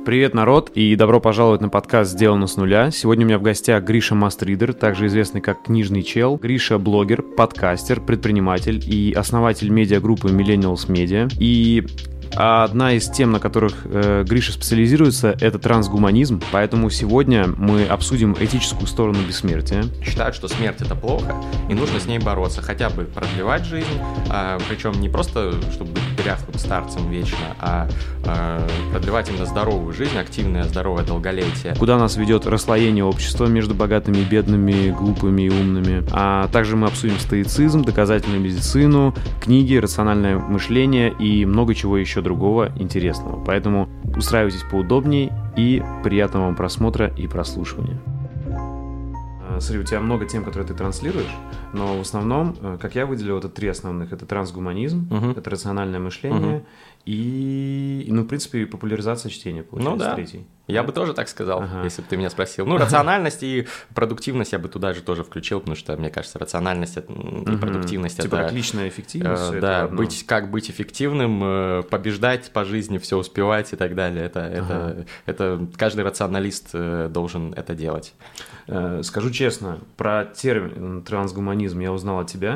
Привет, народ, и добро пожаловать на подкаст «Сделано с нуля». Сегодня у меня в гостях Гриша Мастридер, также известный как Книжный чел. Гриша – блогер, подкастер, предприниматель и основатель медиагруппы Millennials Media. И одна из тем, на которых Гриша специализируется, это трансгуманизм. Поэтому сегодня мы обсудим этическую сторону бессмертия. Считают, что смерть — это плохо, и нужно с ней бороться, хотя бы продлевать жизнь, причем не просто, чтобы быть дряхлым старцем вечно, а продлевать именно здоровую жизнь, активное, здоровое долголетие. Куда нас ведет расслоение общества между богатыми и бедными, глупыми и умными. А также мы обсудим стоицизм, доказательную медицину, книги, рациональное мышление и много чего еще другого интересного. Поэтому устраивайтесь поудобнее и приятного вам просмотра и прослушивания. Смотри, у тебя много тем, которые ты транслируешь, но в основном, как я выделил, это три основных. Это трансгуманизм, это рациональное мышление и, в принципе, популяризация чтения, получается, третий. Я бы тоже так сказал, если бы ты меня спросил. Рациональность и продуктивность я бы туда же тоже включил, потому что, мне кажется, рациональность и продуктивность типа это... как личная эффективность. Да, как быть эффективным, побеждать по жизни, все успевать и так далее. Это каждый рационалист должен это делать. Скажу честно, про термин трансгуманизм я узнал от тебя.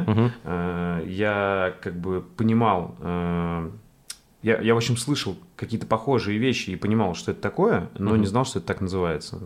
Я как бы понимал... Я, в общем, слышал какие-то похожие вещи и понимал, что это такое, но не знал, что это так называется.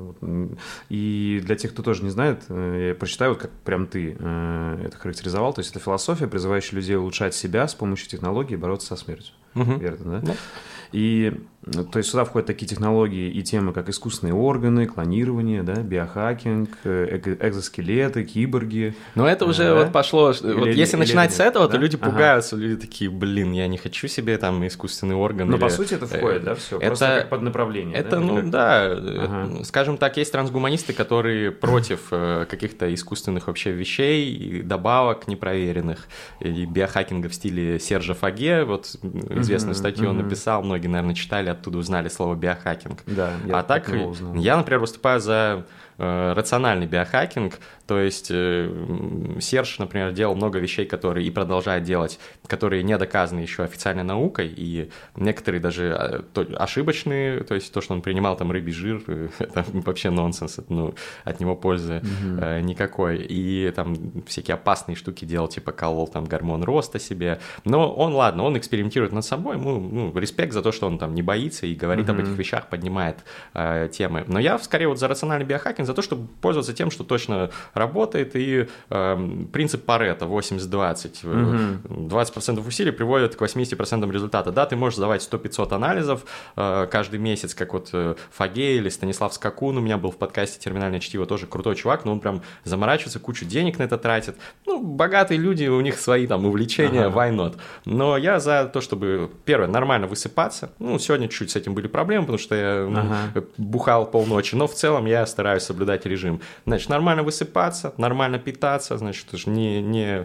И для тех, кто тоже не знает, я прочитаю, как прям ты это характеризовал. То есть это философия, призывающая людей улучшать себя с помощью технологий и бороться со смертью. Верно, да? И то есть сюда входят такие технологии и темы, как искусственные органы, клонирование, да, биохакинг, экзоскелеты, киборги. Но это уже вот пошло. Если начинать с этого, то люди пугаются, люди такие, я не хочу себе там искусственный орган. Но по сути это входит, да, все, просто как под направление. Это, скажем так, есть трансгуманисты, которые против каких-то искусственных вообще вещей, добавок непроверенных, и биохакинга в стиле Сержа Фаге, вот известную статью он написал, многие, наверное, читали, оттуда узнали слово биохакинг. Да, я, например, выступаю за рациональный биохакинг, то есть Серж, например, делал много вещей, которые и продолжает делать, которые не доказаны еще официальной наукой, и некоторые даже ошибочные, то есть то, что он принимал там рыбий жир, это вообще нонсенс, от него пользы никакой, и там всякие опасные штуки делал, типа колол там гормон роста себе, но он экспериментирует над собой, ему респект за то, что он там не боится и говорит об этих вещах, поднимает темы, но я скорее вот за рациональный биохакинг, за то, чтобы пользоваться тем, что точно работает, и принцип Парето 80-20. 20% усилий приводят к 80% результата. Да, ты можешь сдавать 100-500 анализов каждый месяц, как вот Фаге или Станислав Скакун, у меня был в подкасте «Терминальное чтиво», тоже крутой чувак, но он прям заморачивается, кучу денег на это тратит. Богатые люди, у них свои там увлечения, why not? Но я за то, чтобы, первое, нормально высыпаться. Сегодня чуть с этим были проблемы, потому что я бухал полночи, но в целом я стараюсь соблюдать режим. Значит, нормально высыпаться, нормально питаться, значит, не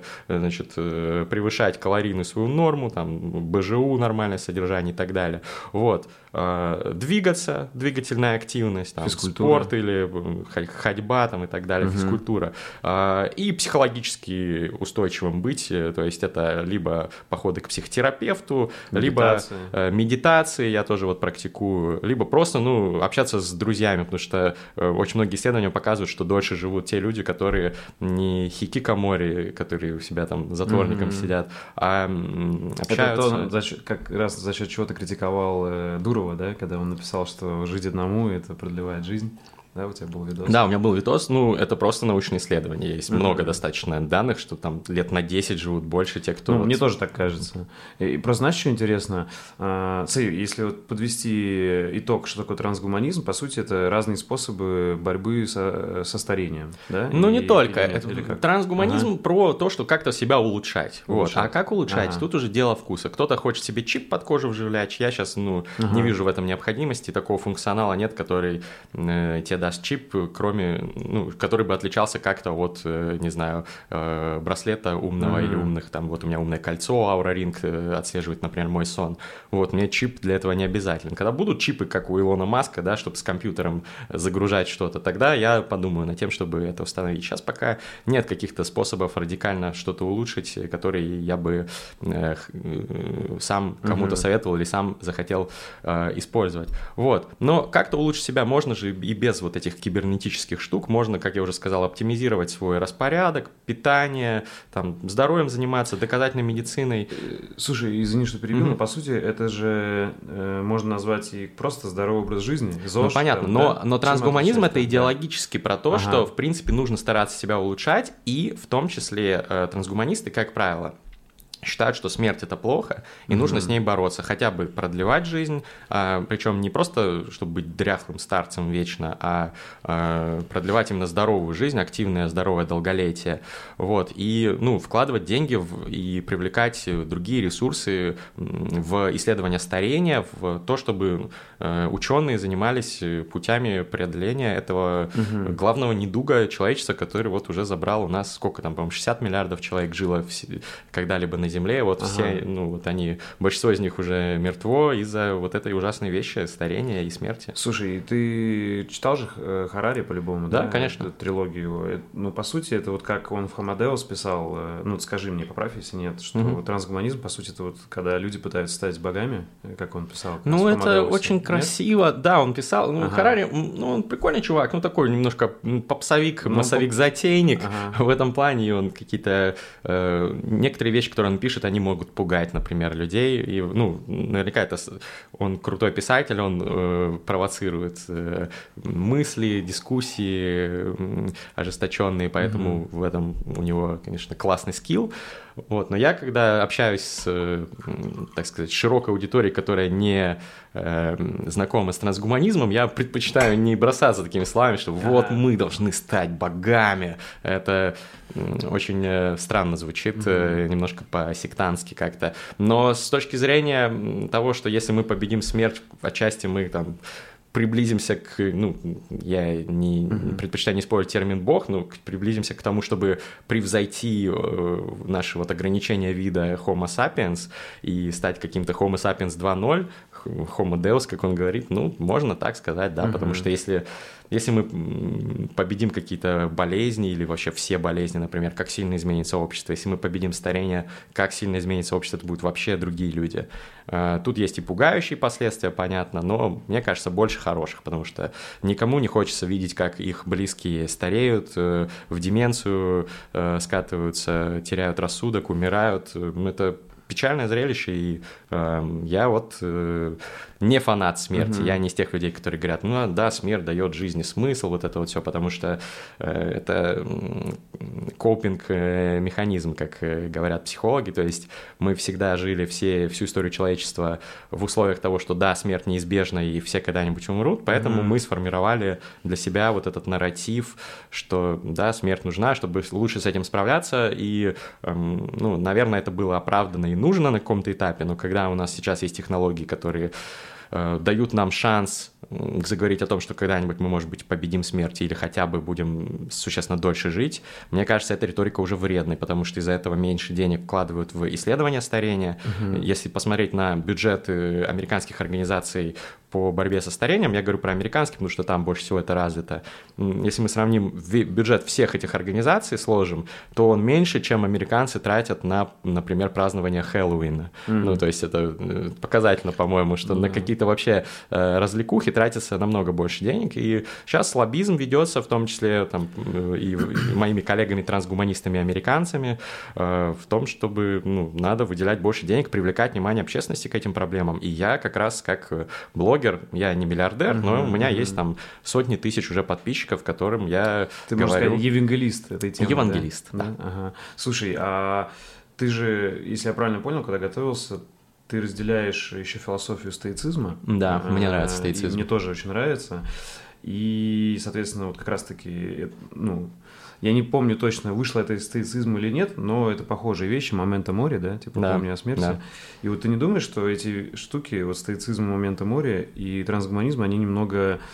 превышать калорийную свою норму, там, БЖУ, нормальное содержание и так далее. Вот. Двигаться, двигательная активность, там, спорт или ходьба там, и так далее, физкультура. И психологически устойчивым быть, то есть это либо походы к психотерапевту, либо медитации, я тоже вот практикую, либо просто, общаться с друзьями, потому что очень многие исследования показывают, что дольше живут те люди, которые не хикикомори, которые у себя там затворником сидят, а общаются. Это то, как раз за счет чего ты критиковал Дурова, да, когда он написал, что жить одному – это продлевает жизнь. Да, у тебя был видос? Да, у меня был видос, это просто научные исследования, есть много достаточно данных, что там лет на 10 живут больше те, кто... Мне тоже так кажется. И просто знаешь, что интересно? Смотри, если вот подвести итог, что такое трансгуманизм, по сути, это разные способы борьбы со старением, да? Не только. Трансгуманизм про то, что как-то себя улучшать. Вот. А как улучшать? Тут уже дело вкуса. Кто-то хочет себе чип под кожу вживлять, я сейчас, не вижу в этом необходимости, такого функционала нет, который тебе даст чип, кроме, ну, который бы отличался как-то от, не знаю, браслета умного или умных, там, вот у меня умное кольцо, Oura Ring отслеживает, например, мой сон. Вот, мне чип для этого не обязателен. Когда будут чипы, как у Илона Маска, да, чтобы с компьютером загружать что-то, тогда я подумаю над тем, чтобы это установить. Сейчас пока нет каких-то способов радикально что-то улучшить, которые я бы сам кому-то советовал или сам захотел использовать. Вот. Но как-то улучшить себя можно же и без вот этих кибернетических штук. Можно, как я уже сказал, оптимизировать свой распорядок, питание, там, здоровьем заниматься, доказательной медициной. Слушай, извини, что перебил, но по сути это же можно назвать и просто здоровый образ жизни. ЗОЖ, ну, понятно, там, но, да? но трансгуманизм это да? идеологически про то, что, в принципе, нужно стараться себя улучшать, и в том числе трансгуманисты, как правило, считают, что смерть – это плохо, и нужно с ней бороться, хотя бы продлевать жизнь, причем не просто, чтобы быть дряхлым старцем вечно, а продлевать именно здоровую жизнь, активное, здоровое долголетие, вот, и, ну, вкладывать деньги и привлекать другие ресурсы в исследование старения, в то, чтобы ученые занимались путями преодоления этого главного недуга человечества, который вот уже забрал у нас, сколько там, по-моему, 60 миллиардов человек жило когда-либо на Земле, вот все, ну, вот они, большинство из них уже мертво из-за вот этой ужасной вещи, старения и смерти. Слушай, ты читал же Харари по-любому, да? Да, конечно. Эту трилогию его. Ну, по сути, это вот как он в Homo Deus писал, ну, скажи мне, поправь, если нет, что трансгуманизм, по сути, это вот когда люди пытаются стать богами, как он писал. Ну, это очень красиво, да, он писал, ну, Харари, ну, он прикольный чувак, ну, такой немножко попсовик, массовик-затейник в этом плане, он какие-то, некоторые вещи, которые он пишет, они могут пугать, например, людей. И, ну, наверняка это он крутой писатель, он провоцирует мысли, дискуссии ожесточенные, поэтому в этом у него, конечно, классный скилл. Вот. Но я, когда общаюсь с, так сказать, широкой аудиторией, которая не знакома с трансгуманизмом, я предпочитаю не бросаться такими словами, что вот мы должны стать богами. Это очень странно звучит, немножко по-сектантски как-то. Но с точки зрения того, что если мы победим смерть, отчасти мы там приблизимся к, ну, я не предпочитаю не использовать термин «бог», но приблизимся к тому, чтобы превзойти наше вот ограничение вида Homo sapiens и стать каким-то Homo sapiens 2.0, Homo Deus, как он говорит, ну, можно так сказать, да, потому что если мы победим какие-то болезни или вообще все болезни, например, как сильно изменится общество, если мы победим старение, как сильно изменится общество, это будут вообще другие люди. Тут есть и пугающие последствия, понятно, но мне кажется, больше хороших, потому что никому не хочется видеть, как их близкие стареют, в деменцию скатываются, теряют рассудок, умирают. Это печальное зрелище, и я вот не фанат смерти, я не из тех людей, которые говорят, ну да, смерть дает жизни смысл, вот это вот все, потому что это копинг-механизм, как говорят психологи, то есть мы всегда жили всю историю человечества в условиях того, что да, смерть неизбежна, и все когда-нибудь умрут, поэтому мы сформировали для себя вот этот нарратив, что да, смерть нужна, чтобы лучше с этим справляться, и, ну, наверное, это было оправдано и нужно на каком-то этапе, но когда у нас сейчас есть технологии, которые дают нам шанс заговорить о том, что когда-нибудь мы, может быть, победим смерть или хотя бы будем существенно дольше жить, мне кажется, эта риторика уже вредной, потому что из-за этого меньше денег вкладывают в исследование старения. Если посмотреть на бюджеты американских организаций по борьбе со старением, я говорю про американские, потому что там больше всего это развито. Если мы сравним бюджет всех этих организаций, сложим, то он меньше, чем американцы тратят на, например, празднование Хэллоуина. Ну, то есть это показательно, по-моему, что на какие-то вообще развлекухи тратится намного больше денег, и сейчас лоббизм ведется, в том числе там, и моими коллегами-трансгуманистами-американцами, в том, чтобы надо выделять больше денег, привлекать внимание общественности к этим проблемам. И я как раз как блогер, я не миллиардер, но у меня есть там сотни тысяч уже подписчиков, которым я Ты, говорю... можно сказать, евангелист этой темы. Евангелист, да. Ага. Слушай, а ты же, если я правильно понял, когда готовился, ты разделяешь еще философию стоицизма. Да, мне нравится стоицизм. Мне тоже очень нравится. И, соответственно, вот как раз-таки, я не помню точно, вышло это из стоицизма или нет, но это похожие вещи, моменто мори, да, типа «Помни о смерти». Да. И вот ты не думаешь, что эти штуки, вот стоицизм, моменто мори и трансгуманизм, они немного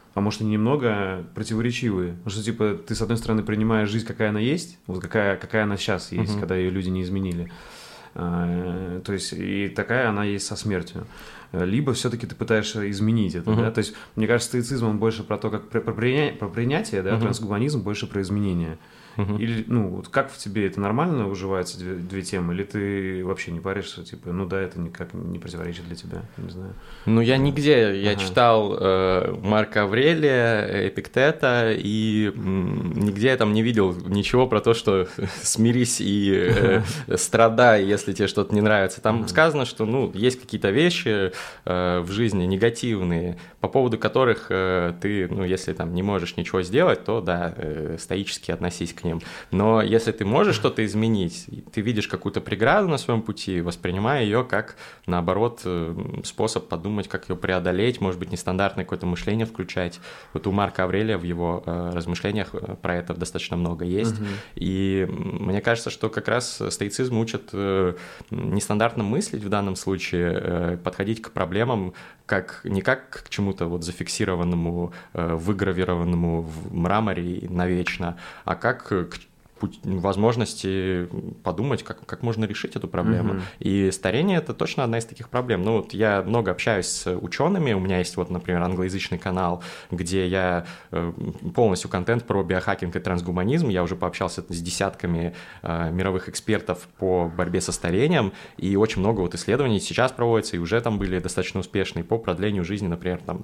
а может, они немного противоречивые. Потому что, типа, ты, с одной стороны, принимаешь жизнь, какая она есть, вот какая она сейчас есть, когда ее люди не изменили. То есть, и такая она есть со смертью. Либо все-таки ты пытаешься изменить это, да? То есть, мне кажется, стоицизм, он больше про то, как про принятие, да, трансгуманизм больше про изменение. Или, вот как в тебе это нормально уживаются две темы, или ты вообще не паришься, типа, это никак не противоречит для тебя, не знаю. Я нигде, я читал Марка Аврелия, Эпиктета, и нигде я там не видел ничего про то, что смирись и страдай, если тебе что-то не нравится. Там сказано, что, есть какие-то вещи в жизни негативные, по поводу которых ты, если там не можешь ничего сделать, то, да, стоически относись к ним. Но если ты можешь что-то изменить, ты видишь какую-то преграду на своем пути, воспринимай ее как, наоборот, способ подумать, как ее преодолеть, может быть, нестандартное какое-то мышление включать. Вот у Марка Аврелия в его размышлениях про это достаточно много есть. И мне кажется, что как раз стоицизм учит нестандартно мыслить в данном случае, подходить к проблемам не как к чему-то вот зафиксированному, выгравированному в мраморе навечно, а как к возможности подумать, как можно решить эту проблему. И старение – это точно одна из таких проблем. Я много общаюсь с учеными, у меня есть, например, англоязычный канал, где я полностью контент про биохакинг и трансгуманизм, я уже пообщался с десятками мировых экспертов по борьбе со старением, и очень много исследований сейчас проводится, и уже там были достаточно успешные по продлению жизни, например, там,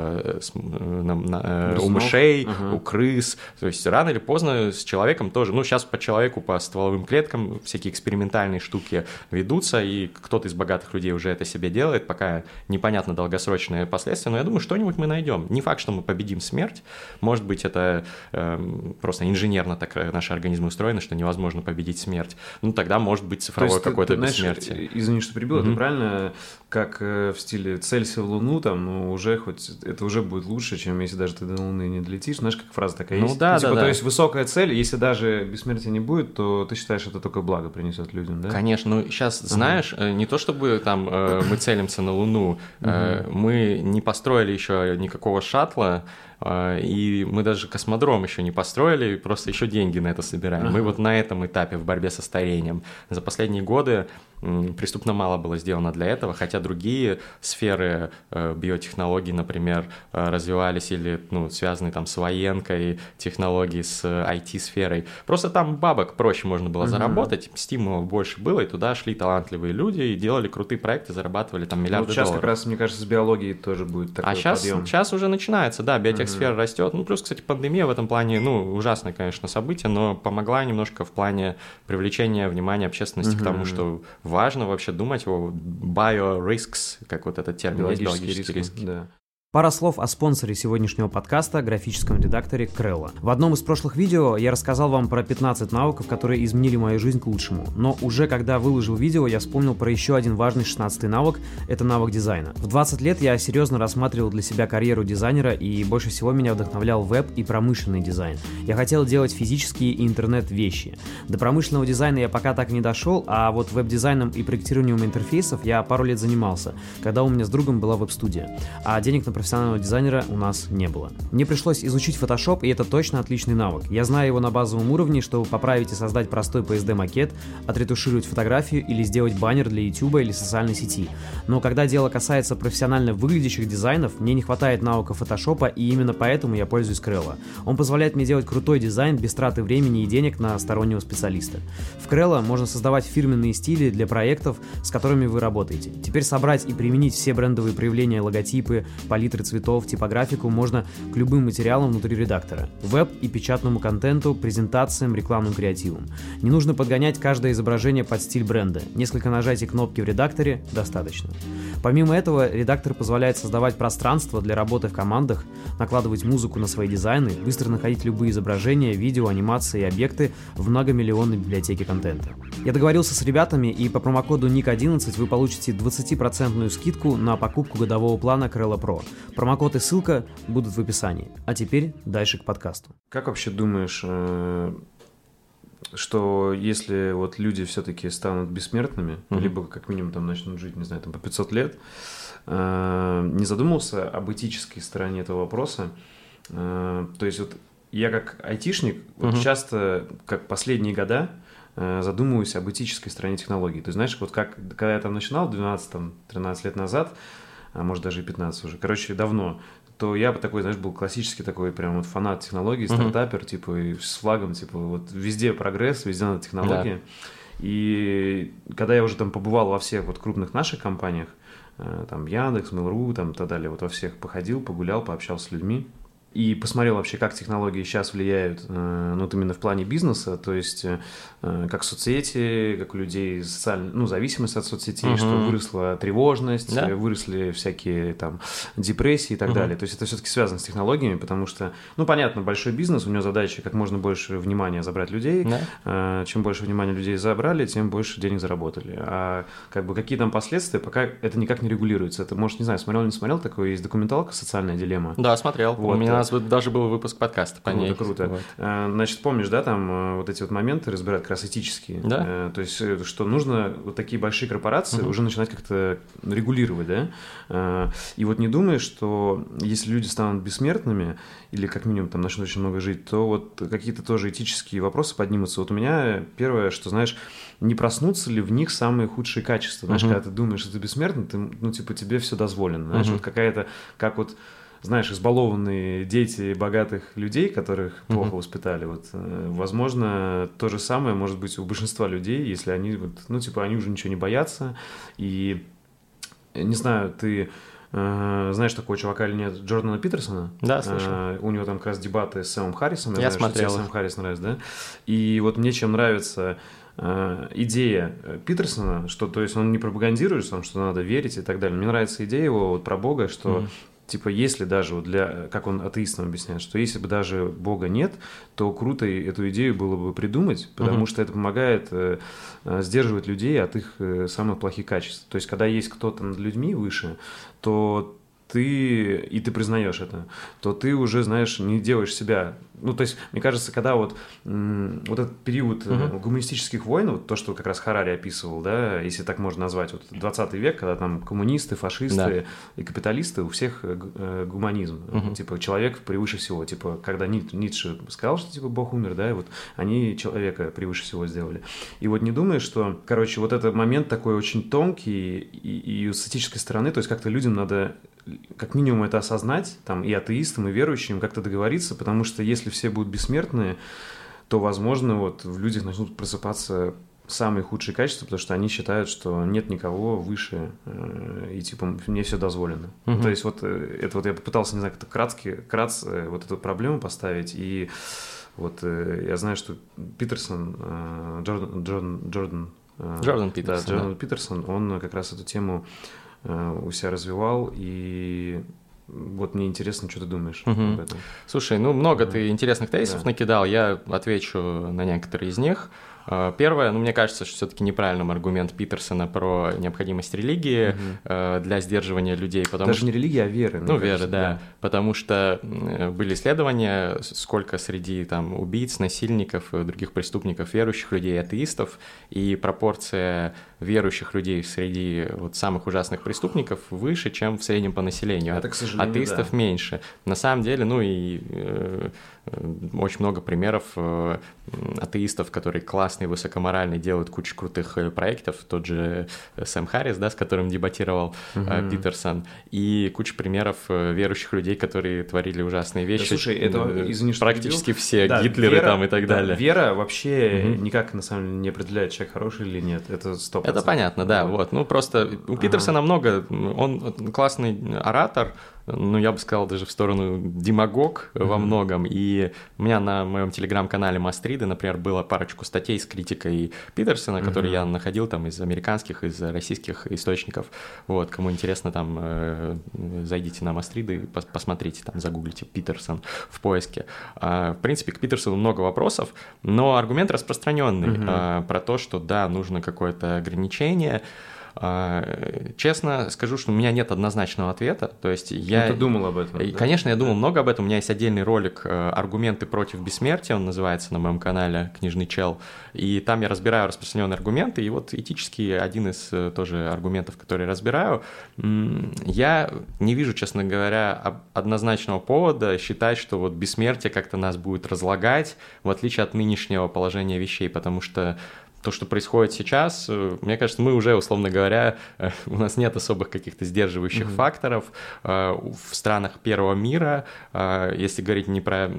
у мышей, у крыс. То есть рано или поздно с человеком тоже, сейчас по человеку, по стволовым клеткам всякие экспериментальные штуки ведутся, и кто-то из богатых людей уже это себе делает, пока непонятно долгосрочные последствия, но я думаю, что-нибудь мы найдем. Не факт, что мы победим смерть, может быть, это просто инженерно так наши организмы устроены, что невозможно победить смерть. Тогда может быть цифровое какое-то бессмертие. Извини, что перебил, это правильно, как в стиле «целься в Луну», там, уже это уже будет лучше, чем если даже ты до Луны не долетишь. Знаешь, как фраза такая есть? Да. То есть высокая цель, если даже бессмертия не будет, то ты считаешь, это только благо принесет людям, да? Конечно, сейчас, знаешь, не то чтобы там мы целимся на Луну, мы не построили еще никакого шаттла, и мы даже космодром еще не построили, просто еще деньги на это собираем. Мы на этом этапе в борьбе со старением. За последние годы преступно мало было сделано для этого, хотя другие сферы биотехнологий, например, развивались или связаны там с военкой, технологии с IT-сферой. Просто там бабок проще можно было заработать, стимулов больше было, и туда шли талантливые люди и делали крутые проекты, зарабатывали там миллиарды долларов. Сейчас как раз, мне кажется, с биологией тоже будет такой подъем. Сейчас уже начинается, да, биотехсфера растет. Плюс, кстати, пандемия в этом плане, ужасное, конечно, событие, но помогла немножко в плане привлечения внимания общественности к тому, что важно вообще думать о bio-risks, как этот термин есть, биологические риски. Да. Пара слов о спонсоре сегодняшнего подкаста, графическом редакторе Крелла. В одном из прошлых видео я рассказал вам про 15 навыков, которые изменили мою жизнь к лучшему. Но уже когда выложил видео, я вспомнил про еще один важный 16-й навык – это навык дизайна. В 20 лет я серьезно рассматривал для себя карьеру дизайнера, и больше всего меня вдохновлял веб и промышленный дизайн. Я хотел делать физические и интернет-вещи. До промышленного дизайна я пока так и не дошел, а вот веб-дизайном и проектированием интерфейсов я пару лет занимался, когда у меня с другом была веб-студия. А денег на профессионального дизайнера у нас не было. Мне пришлось изучить Photoshop, и это точно отличный навык. Я знаю его на базовом уровне, чтобы поправить и создать простой PSD-макет, отретушировать фотографию или сделать баннер для YouTube или социальной сети. Но когда дело касается профессионально выглядящих дизайнов, мне не хватает навыка Photoshop, и именно поэтому я пользуюсь Крелла. Он позволяет мне делать крутой дизайн без траты времени и денег на стороннего специалиста. В Крелла можно создавать фирменные стили для проектов, с которыми вы работаете. Теперь собрать и применить все брендовые проявления, логотипы, палитры цветов, типографику можно к любым материалам внутри редактора. Веб и печатному контенту, презентациям, рекламным креативам. Не нужно подгонять каждое изображение под стиль бренда. Несколько нажатий кнопки в редакторе достаточно. Помимо этого, редактор позволяет создавать пространство для работы в командах, накладывать музыку на свои дизайны, быстро находить любые изображения, видео, анимации и объекты в многомиллионной библиотеке контента. Я договорился с ребятами, и по промокоду NIK11 вы получите 20% скидку на покупку годового плана Крелла Pro. Промокод и ссылка будут в описании. А теперь дальше к подкасту. Как вообще думаешь, что если вот люди все-таки станут бессмертными, либо как минимум там начнут жить, не знаю, там по 500 лет, не задумывался об этической стороне этого вопроса. То есть вот я как айтишник вот часто, как последние года, задумываюсь об этической стороне технологий. Ты знаешь, вот как, когда я там начинал 12-13 лет назад, а может даже и 15 уже, короче, давно, то я такой, знаешь, был классический такой прям вот фанат технологий, стартапер, типа, и с флагом, типа, вот везде прогресс, везде надо технологии. Да. И когда я уже там побывал во всех вот крупных наших компаниях, там Яндекс, Mail.ru, там и так далее, вот во всех походил, погулял, пообщался с людьми, и посмотрел вообще, как технологии сейчас влияют, ну, вот именно в плане бизнеса, то есть как соцсети, как у людей зависимость от соцсетей, что выросла тревожность, выросли всякие там депрессии и так далее. То есть это все-таки связано с технологиями, потому что, ну, понятно, большой бизнес, у него задача как можно больше внимания забрать людей, чем больше внимания людей забрали, тем больше денег заработали. А как бы какие там последствия, пока это никак не регулируется. Это, может, не знаю, смотрел, не смотрел, такой есть документалка «Социальная дилемма». Да, смотрел. Вот. У меня даже был выпуск подкаста по ней. Круто. Вот. Значит, помнишь, да, там вот эти вот моменты разбирают как раз этические. Да. То есть, что нужно вот такие большие корпорации уже начинать как-то регулировать, да? И вот не думаешь, что если люди станут бессмертными или как минимум там начнут очень много жить, то вот какие-то тоже этические вопросы поднимутся. Вот у меня первое, что, знаешь, не проснутся ли в них самые худшие качества. Знаешь, когда ты думаешь, что ты бессмертный, ты, ну, типа, тебе все дозволено. Знаешь, вот какая-то, как вот, знаешь, избалованные дети богатых людей, которых плохо воспитали, вот, возможно, то же самое может быть у большинства людей, если они, вот, ну, типа, они уже ничего не боятся, и, не знаю, ты знаешь такого чувака или нет, Джордана Питерсона? Да, слышал. У него там как раз дебаты с Сэмом Харрисом. Я смотрел. Сэм Харрис нравится, да? И вот мне чем нравится идея Питерсона, что, то есть, он не пропагандирует, что надо верить и так далее. Мне нравится идея его вот про Бога, что типа, если даже, вот как он атеистам объясняет, что если бы даже Бога нет, то круто эту идею было бы придумать, потому что это помогает сдерживать людей от их самых плохих качеств. То есть, когда есть кто-то над людьми выше, то ты признаешь это, то ты уже, знаешь, не делаешь себя. Ну, то есть, мне кажется, когда вот этот период гуманистических войн, вот то, что как раз Харари описывал, да, если так можно назвать, вот 20 век, когда там коммунисты, фашисты и капиталисты, у всех гуманизм, типа, человек превыше всего, типа, когда Ницше сказал, что, типа, Бог умер, да, и вот они человека превыше всего сделали. И вот не думаешь, что, короче, вот этот момент такой очень тонкий и с этической стороны, то есть как-то людям надо как минимум это осознать, там, и атеистам, и верующим как-то договориться, потому что если все будут бессмертные, то, возможно, вот в людях начнут просыпаться самые худшие качества, потому что они считают, что нет никого выше, и, типа, мне все дозволено. То есть вот это вот я попытался, не знаю, как-то кратко вот эту проблему поставить, и вот я знаю, что Питерсон, Джордан Питерсон, он как раз эту тему у себя развивал, и вот мне интересно, что ты думаешь об этом. Слушай, ну много ты интересных тезисов накидал, я отвечу на некоторые из них. Первое, ну, мне кажется, что все-таки неправильным аргумент Питерсона про необходимость религии для сдерживания людей. Даже не религия, а вера. Ну, вера, да. Потому что были исследования, сколько среди там убийц, насильников, других преступников, верующих людей, атеистов, и пропорция верующих людей среди вот самых ужасных преступников выше, чем в среднем по населению. Это, к сожалению, атеистов меньше. На самом деле, ну и очень много примеров атеистов, которые классные, высокоморальные, делают кучу крутых проектов. Тот же Сэм Харрис, да, с которым дебатировал Питерсон. И куча примеров верующих людей, которые творили ужасные вещи. Да, слушай, это, извини, что практически все, да, Гитлеры там и так далее. Вера вообще никак, на самом деле, не определяет, человек хороший или нет. Это 100%. Это понятно, да. Вот. Ну, просто у Питерсона много. Он классный оратор, ну, я бы сказал, даже в сторону демагог во многом. И у меня на моем телеграм-канале Мастриды, например, было парочку статей с критикой Питерсона, которые я находил там из американских, из российских источников. Вот, кому интересно, там зайдите на Мастриды, посмотрите, там загуглите Питерсон в поиске. В принципе, к Питерсону много вопросов, но аргумент распространенный про то, что да, нужно какое-то ограничение. Честно скажу, что у меня нет однозначного ответа. То есть ты думал об этом? Да? Конечно, я думал много об этом. У меня есть отдельный ролик «Аргументы против бессмертия», он называется на моем канале «Книжный чел». И там я разбираю распространенные аргументы. И вот этический один из тоже аргументов, которые разбираю. Я не вижу, честно говоря, однозначного повода считать, что вот бессмертие как-то нас будет разлагать, в отличие от нынешнего положения вещей, потому что то, что происходит сейчас, мне кажется, мы уже, условно говоря, у нас нет особых каких-то сдерживающих факторов в странах первого мира, если говорить не про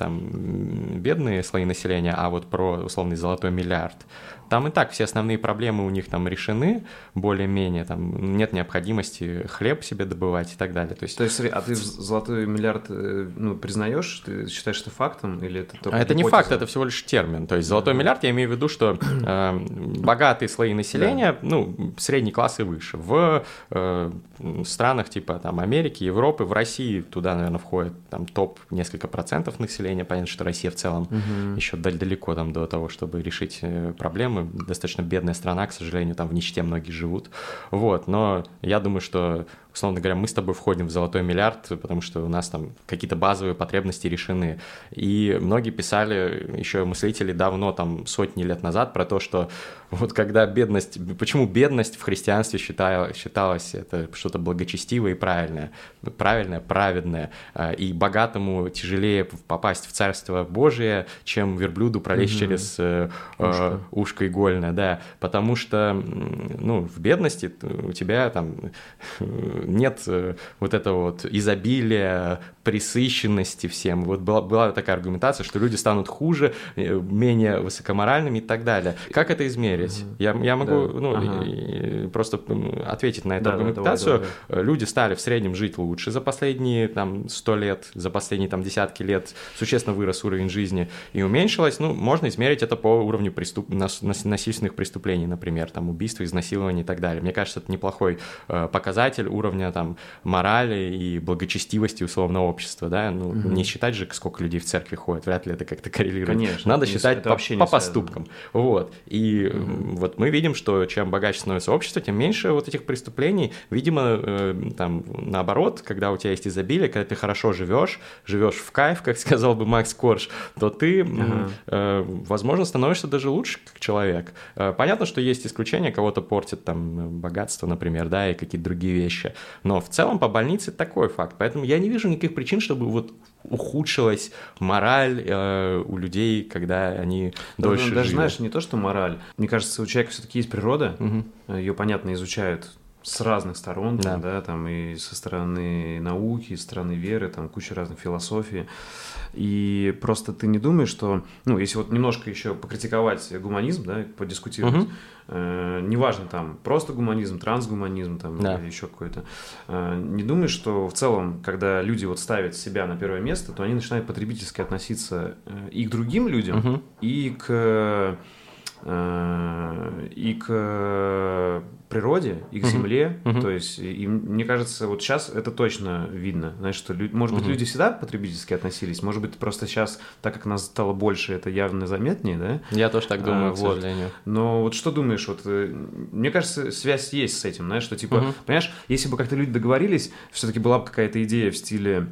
там бедные слои населения, а вот про условный золотой миллиард. Там и так все основные проблемы у них там решены, более-менее, там нет необходимости хлеб себе добывать и так далее. То есть а ты золотой миллиард признаешь? Ты считаешь это фактом или это только это не факт, это всего лишь термин. То есть золотой миллиард, я имею в виду, что богатые слои населения, средний класс и выше. В странах типа там Америки, Европы, в России туда, наверное, входит там топ несколько процентов населения. Понятно, что Россия в целом еще далеко там до того, чтобы решить проблемы. Достаточно бедная страна, к сожалению, там в нищете многие живут. Вот, но я думаю, что, условно говоря, мы с тобой входим в золотой миллиард, потому что у нас там какие-то базовые потребности решены. И многие писали, еще мыслители давно, там сотни лет назад, про то, что вот когда бедность, почему бедность в христианстве считалась это что-то благочестивое и правильное, праведное, и богатому тяжелее попасть в Царство Божие, чем верблюду пролезть через ушко игольное, да, потому что, в бедности у тебя там нет вот этого вот изобилия, пресыщенности всем. Вот была такая аргументация, что люди станут хуже, менее высокоморальными и так далее. Как это измерить? Я могу просто ответить на эту аргументацию. Давай. Люди стали в среднем жить лучше за последние 100 лет, за последние десятки лет. Существенно вырос уровень жизни и уменьшилось. Можно измерить это по уровню насильственных преступлений, например, там убийства, изнасилования и так далее. Мне кажется, это неплохой показатель уровня там морали и благочестивости условного общества, да, не считать же, сколько людей в церкви ходит, вряд ли это как-то коррелирует. Конечно. Надо считать по поступкам. Вот. И вот мы видим, что чем богаче становится общество, тем меньше вот этих преступлений. Видимо, там наоборот, когда у тебя есть изобилие, когда ты хорошо живешь в кайф, как сказал бы Макс Корж, то ты, возможно, становишься даже лучше как человек. Понятно, что есть исключения, кого-то портит там богатство, например, да, и какие-то другие вещи. Но в целом по больнице такой факт. Поэтому я не вижу никаких причин, чтобы вот ухудшилась мораль у людей, когда они дольше живут. Даже, знаешь, не то, что мораль. Мне кажется, у человека все-таки есть природа, ее, понятно, изучают с разных сторон, да, там и со стороны науки, и со стороны веры, там куча разных философий. И просто ты не думаешь, что, если вот немножко еще покритиковать гуманизм, да, подискутировать, неважно там просто гуманизм, трансгуманизм там или еще какой-то, не думаешь, что в целом, когда люди вот ставят себя на первое место, то они начинают потребительски относиться и к другим людям, и к природе, и к земле, то есть, и мне кажется, вот сейчас это точно видно, знаешь, что, может быть, люди всегда потребительски относились, может быть, просто сейчас, так как нас стало больше, это явно заметнее, да? Я тоже так думаю, к сожалению. Но вот что думаешь, вот, мне кажется, связь есть с этим, знаешь, что, типа, понимаешь, если бы как-то люди договорились, все-таки была бы какая-то идея в стиле...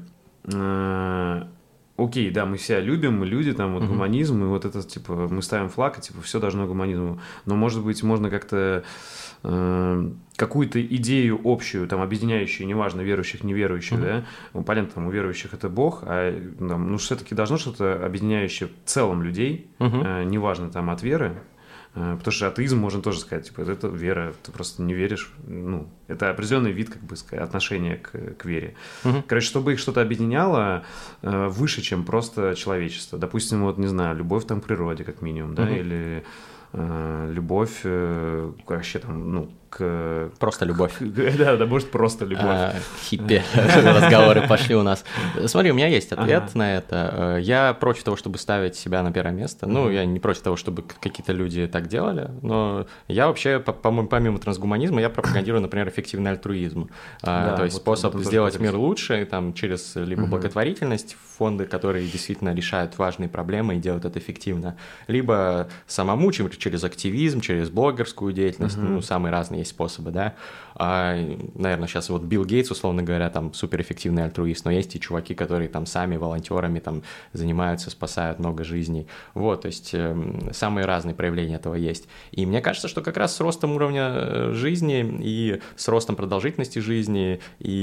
Окей, да, мы себя любим, мы люди, там, вот гуманизм, и вот это, типа, мы ставим флаг, и, типа, все должно гуманизму. Но, может быть, можно как-то какую-то идею общую, там, объединяющую, неважно, верующих, неверующих, да, понятно, там, у верующих это Бог, а, там, все-таки должно что-то объединяющее в целом людей, неважно, там, от веры. Потому что атеизм можно тоже сказать, типа, это вера, ты просто не веришь, это определенный вид, как бы сказать, отношения к вере. Короче, чтобы их что-то объединяло выше, чем просто человечество. Допустим, вот, не знаю, любовь там к природе, как минимум, да, или любовь вообще там, Просто любовь. Да, может, просто любовь. Хиппи разговоры пошли у нас. Смотри, у меня есть ответ на это. Я против того, чтобы ставить себя на первое место. Я не против того, чтобы какие-то люди так делали, но я вообще, помимо трансгуманизма, я пропагандирую, например, эффективный альтруизм. То есть способ сделать мир лучше там, через либо благотворительность, фонды, которые действительно решают важные проблемы и делают это эффективно, либо самому через активизм, через блогерскую деятельность, самые разные есть способы, да. Наверное, сейчас вот Билл Гейтс, условно говоря, там суперэффективный альтруист, но есть и чуваки, которые там сами волонтерами там занимаются, спасают много жизней. Вот, то есть самые разные проявления этого есть. И мне кажется, что как раз с ростом уровня жизни и с ростом продолжительности жизни,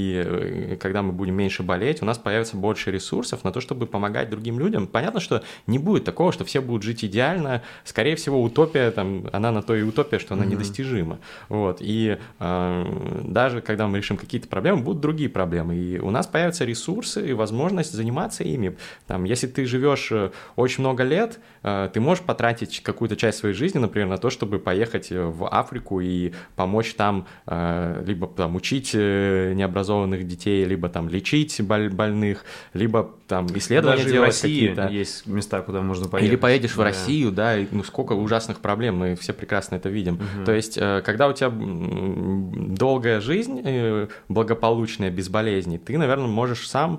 и когда мы будем меньше болеть, у нас появится больше ресурсов на то, чтобы помогать другим людям. Понятно, что не будет такого, что все будут жить идеально. Скорее всего, утопия, там, она на то и утопия, что она недостижима. Вот. И даже когда мы решим какие-то проблемы, будут другие проблемы. И у нас появятся ресурсы и возможность заниматься ими. Там, если ты живешь очень много лет, ты можешь потратить какую-то часть своей жизни, например, на то, чтобы поехать в Африку и помочь там либо там, учить необразованных детей, либо там лечить больных, либо там исследования даже делать в России какие-то. Есть места, куда можно поехать. Или поедешь в Россию, да, и ну сколько ужасных проблем, мы все прекрасно это видим. То есть, когда у тебя долгая жизнь, благополучная, без болезней, ты, наверное, можешь сам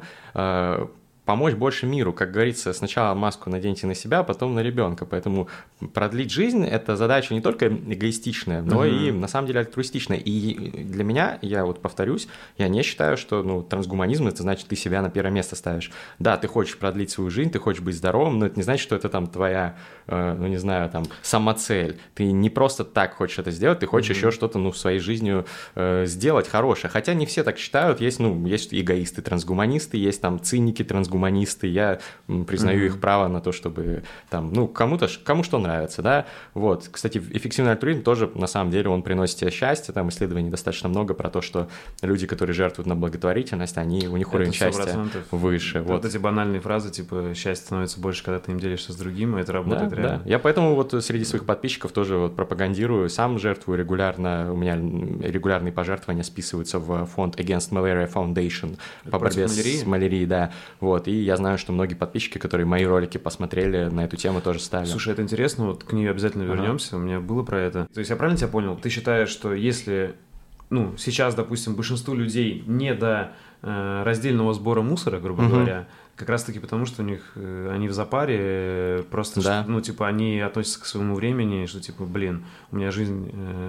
помочь больше миру. Как говорится, сначала маску наденьте на себя, а потом на ребенка. Поэтому продлить жизнь – это задача не только эгоистичная, но и, на самом деле, альтруистичная. И для меня, я вот повторюсь, я не считаю, что трансгуманизм – это значит, ты себя на первое место ставишь. Да, ты хочешь продлить свою жизнь, ты хочешь быть здоровым, но это не значит, что это там твоя, не знаю, там, самоцель. Ты не просто так хочешь это сделать, ты хочешь еще что-то, в своей жизни сделать хорошее. Хотя не все так считают. Есть эгоисты, трансгуманисты, есть там циники, трансгуманисты. Я признаю их право на то, чтобы там, кому что нравится, да. Вот. Кстати, эффективный альтруизм тоже, на самом деле, он приносит тебе счастье. Там исследований достаточно много про то, что люди, которые жертвуют на благотворительность, у них уровень счастья выше. Вот эти банальные фразы, типа, счастье становится больше, когда ты им делишься с другим, и это работает реально. Да. Я поэтому вот среди своих подписчиков тоже вот пропагандирую, сам жертвую регулярно, у меня регулярные пожертвования списываются в фонд Against Malaria Foundation по борьбе с малярией, да. Вот. И я знаю, что многие подписчики, которые мои ролики посмотрели, на эту тему тоже ставили. Слушай, это интересно, вот к ней обязательно вернемся, у меня было про это. То есть я правильно тебя понял? Ты считаешь, что если, сейчас, допустим, большинству людей не до раздельного сбора мусора, грубо говоря, как раз-таки потому, что у них они в запаре, просто, что, они относятся к своему времени, что, у меня жизнь...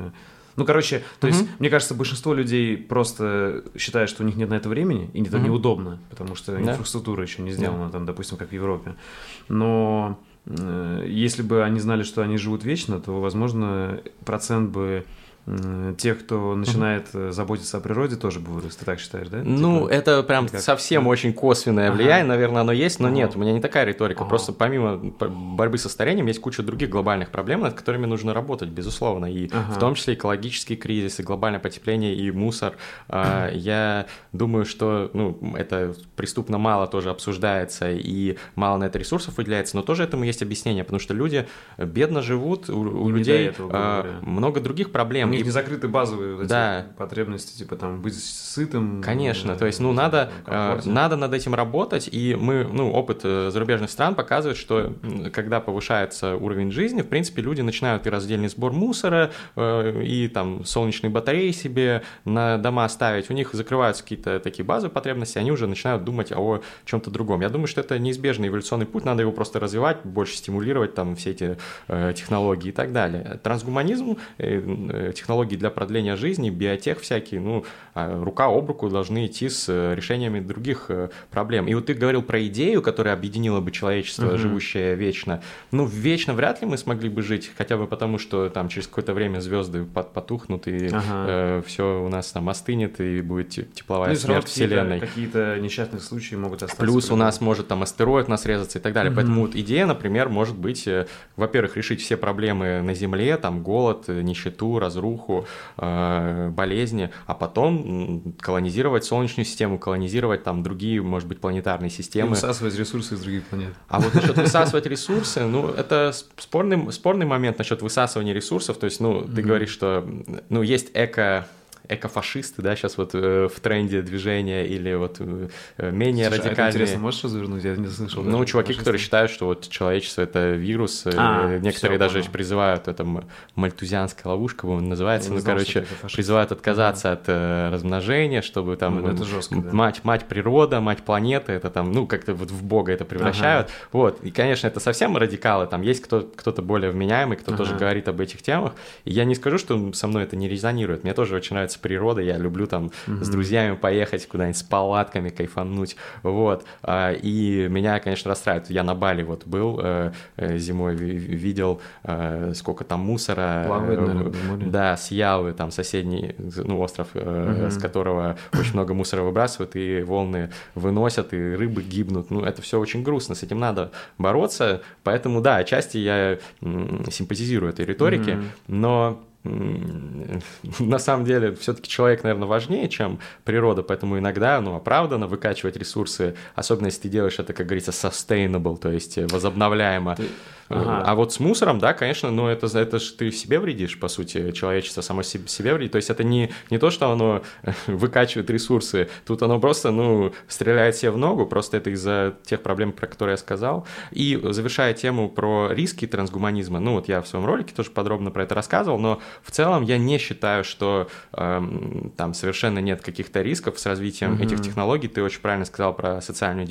то есть, мне кажется, большинство людей просто считают, что у них нет на это времени, и это неудобно, потому что инфраструктура еще не сделана, там, допустим, как в Европе. Но если бы они знали, что они живут вечно, то, возможно, процент бы тех, кто начинает заботиться о природе, тоже бы вырос. Ты так считаешь, да? Это прям совсем очень косвенное влияние, наверное, оно есть, но нет, у меня не такая риторика. Просто помимо борьбы со старением есть куча других глобальных проблем, над которыми нужно работать, безусловно, и в том числе экологический кризис, и глобальное потепление, и мусор. Я думаю, что это преступно мало тоже обсуждается, и мало на это ресурсов выделяется, но тоже этому есть объяснение, потому что люди бедно живут, у людей много других проблем. У них не закрыты базовые потребности, типа там быть сытым. Конечно, то есть, надо над этим работать, и опыт зарубежных стран показывает, что когда повышается уровень жизни, в принципе, люди начинают и раздельный сбор мусора, и там солнечные батареи себе на дома ставить, у них закрываются какие-то такие базовые потребности, они уже начинают думать о чем-то другом. Я думаю, что это неизбежный эволюционный путь, надо его просто развивать, больше стимулировать там все эти технологии и так далее. Трансгуманизм, технологии для продления жизни, биотех всякие, рука об руку должны идти с решениями других проблем. И вот ты говорил про идею, которая объединила бы человечество, живущее вечно. Вечно вряд ли мы смогли бы жить, хотя бы потому, что там через какое-то время звезды потухнут, и все у нас там остынет, и будет тепловая смерть Вселенной. Какие-то несчастные случаи могут остаться. Плюс у нас может там астероид срезаться и так далее. Поэтому вот идея, например, может быть, во-первых, решить все проблемы на Земле, там голод, нищету, разруху, болезни, а потом колонизировать Солнечную систему, колонизировать там другие, может быть, планетарные системы. И высасывать ресурсы из других планет. А вот насчет высасывать ресурсы, это спорный момент насчет высасывания ресурсов. То есть, ты говоришь, что есть экофашисты, да, сейчас вот в тренде движения, или вот менее радикальные. Это интересно, можешь развернуть? Я не слышал. Ну, чуваки, которые считают, что вот человечество — это вирус, некоторые даже призывают, это мальтузианская ловушка, по-моему, называется, призывают отказаться от размножения, чтобы там мать природа, мать планеты, это там, ну, как-то вот в Бога это превращают. Вот, и, конечно, это совсем радикалы, там есть кто-то более вменяемый, кто тоже говорит об этих темах, и я не скажу, что со мной это не резонирует, мне тоже очень нравится природа, я люблю там с друзьями поехать куда-нибудь с палатками, кайфануть, вот, и меня, конечно, расстраивает, я на Бали вот был зимой, видел, сколько там мусора, плавает, наверное, да, с Явы, там соседний, ну, остров, с которого очень много мусора выбрасывают, и волны выносят, и рыбы гибнут, ну, это все очень грустно, с этим надо бороться, поэтому, да, отчасти я симпатизирую этой риторике, но на самом деле все-таки человек, наверное, важнее, чем природа, поэтому иногда, ну, оправданно выкачивать ресурсы, особенно если ты делаешь это, как говорится, sustainable, то есть возобновляемо. А вот с мусором, да, конечно, но это же ты себе вредишь, по сути, человечество само себе вредит. То есть это не то, что оно выкачивает ресурсы, тут оно просто, ну, стреляет себе в ногу, просто это из-за тех проблем, про которые я сказал. И завершая тему про риски трансгуманизма, ну, вот я в своем ролике тоже подробно про это рассказывал, но в целом я не считаю, что там совершенно нет каких-то рисков с развитием этих технологий. Ты очень правильно сказал про социальную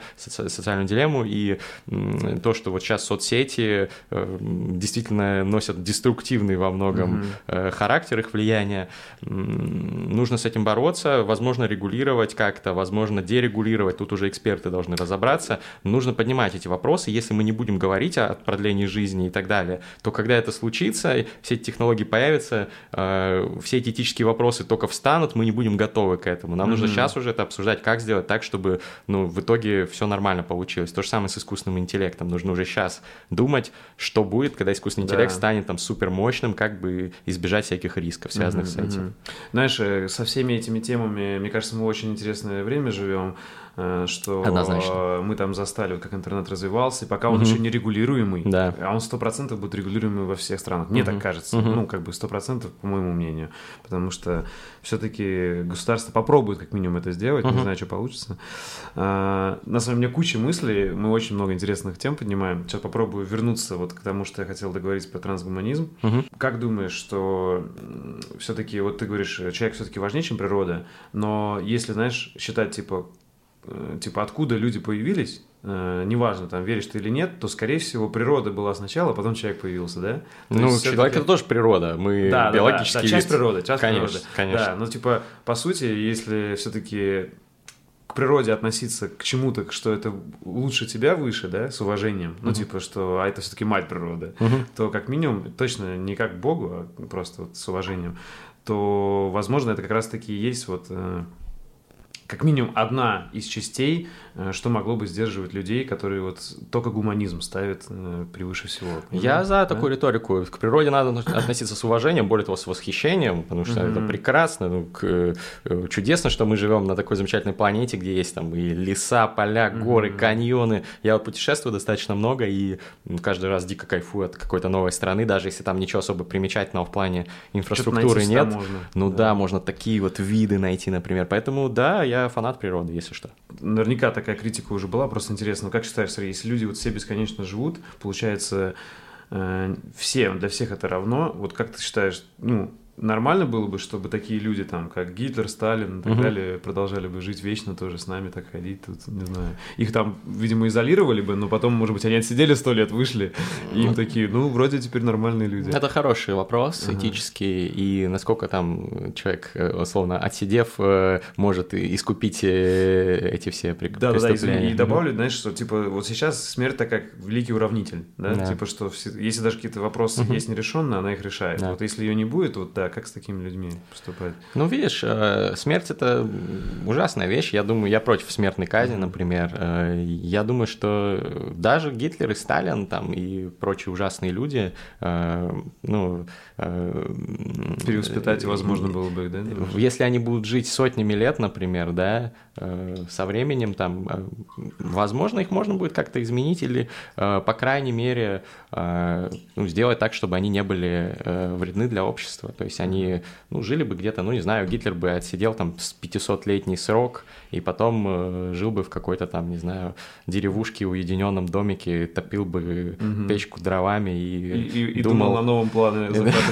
дилемму и то, что вот сейчас соцсети действительно носят деструктивный во многом характер их влияния. Нужно с этим бороться, возможно, регулировать как-то, возможно, дерегулировать, тут уже эксперты должны разобраться. Нужно поднимать эти вопросы, если мы не будем говорить о продлении жизни и так далее, то когда это случится, все эти технологии появятся, все эти этические вопросы только встанут, мы не будем готовы к этому. Нам нужно сейчас уже это обсуждать, как сделать так, чтобы, ну, в итоге все нормально получилось. То же самое с искусственным интеллектом. Нужно уже сейчас думать, что будет, когда искусственный интеллект станет там супермощным, как бы избежать всяких рисков, связанных с этим. Знаешь, со всеми этими темами, мне кажется, мы в очень интересное время живем, что однозначно. Мы там застали, вот как интернет развивался, и пока он еще не регулируемый, да. А он 100% будет регулируемый во всех странах. Мне так кажется, ну, как бы 100%, по моему мнению, потому что все-таки государство попробует как минимум это сделать, не знаю, что получится. На самом деле, у меня куча мыслей, мы очень много интересных тем поднимаем. Сейчас попробую вернуться вот к тому, что я хотел договориться про трансгуманизм. Как думаешь, что все-таки, вот ты говоришь, человек все-таки важнее, чем природа, но если, знаешь, считать, типа, откуда люди появились, неважно, там, веришь ты или нет, то, скорее всего, природа была сначала, а потом человек появился, да? Ну, человек — это тоже природа, мы биологический вид. Часть природы, Конечно. Да, но, типа, по сути, если все-таки к природе относиться к чему-то, что это лучше тебя, выше, да, с уважением, ну, типа, что, это все-таки мать природы, то, как минимум, точно не как к Богу, а просто вот с уважением, то, возможно, это как раз-таки и есть вот... как минимум одна из частей, что могло бы сдерживать людей, которые вот только гуманизм ставят превыше всего. Я за такую риторику. К природе надо относиться с уважением, более того, с восхищением, потому что это прекрасно, чудесно, что мы живем на такой замечательной планете, где есть там и леса, поля, горы, каньоны. Я вот путешествую достаточно много и каждый раз дико кайфую от какой-то новой страны, даже если там ничего особо примечательного в плане инфраструктуры нет. Ну да, можно такие вот виды найти, например. Поэтому да, я фанат природы, если что. Наверняка такая критика уже была, просто интересно, как считаешь, Сергей, если люди вот все бесконечно живут, получается, все, для всех это равно, вот как ты считаешь, ну, нормально было бы, чтобы такие люди, там, как Гитлер, Сталин и так далее, продолжали бы жить вечно тоже с нами, так ходить тут, не знаю. Их там, видимо, изолировали бы, но потом, может быть, они отсидели 100 лет, вышли, и им такие, ну, вроде теперь нормальные люди. Это хороший вопрос, этический, и насколько там человек, условно, отсидев, может искупить эти все преступления. Да, и добавлю, знаешь, что, типа, вот сейчас смерть такая, как великий уравнитель, да, типа, что если даже какие-то вопросы есть нерешенные, она их решает. Вот если ее не будет, вот, да, как с такими людьми поступать? Ну, видишь, смерть — это ужасная вещь. Я думаю, я против смертной казни, например. Я думаю, что даже Гитлер и Сталин там, и прочие ужасные люди, перевоспитать возможно было бы, да? Если они будут жить сотнями лет, например, да, со временем, там, возможно, их можно будет как-то изменить или, по крайней мере, сделать так, чтобы они не были вредны для общества. То есть есть они, ну, жили бы где-то, ну, не знаю, Гитлер бы отсидел там 500-летний срок, и потом жил бы в какой-то там, не знаю, деревушке, уединенном домике, топил бы печку дровами и думал о новом плане.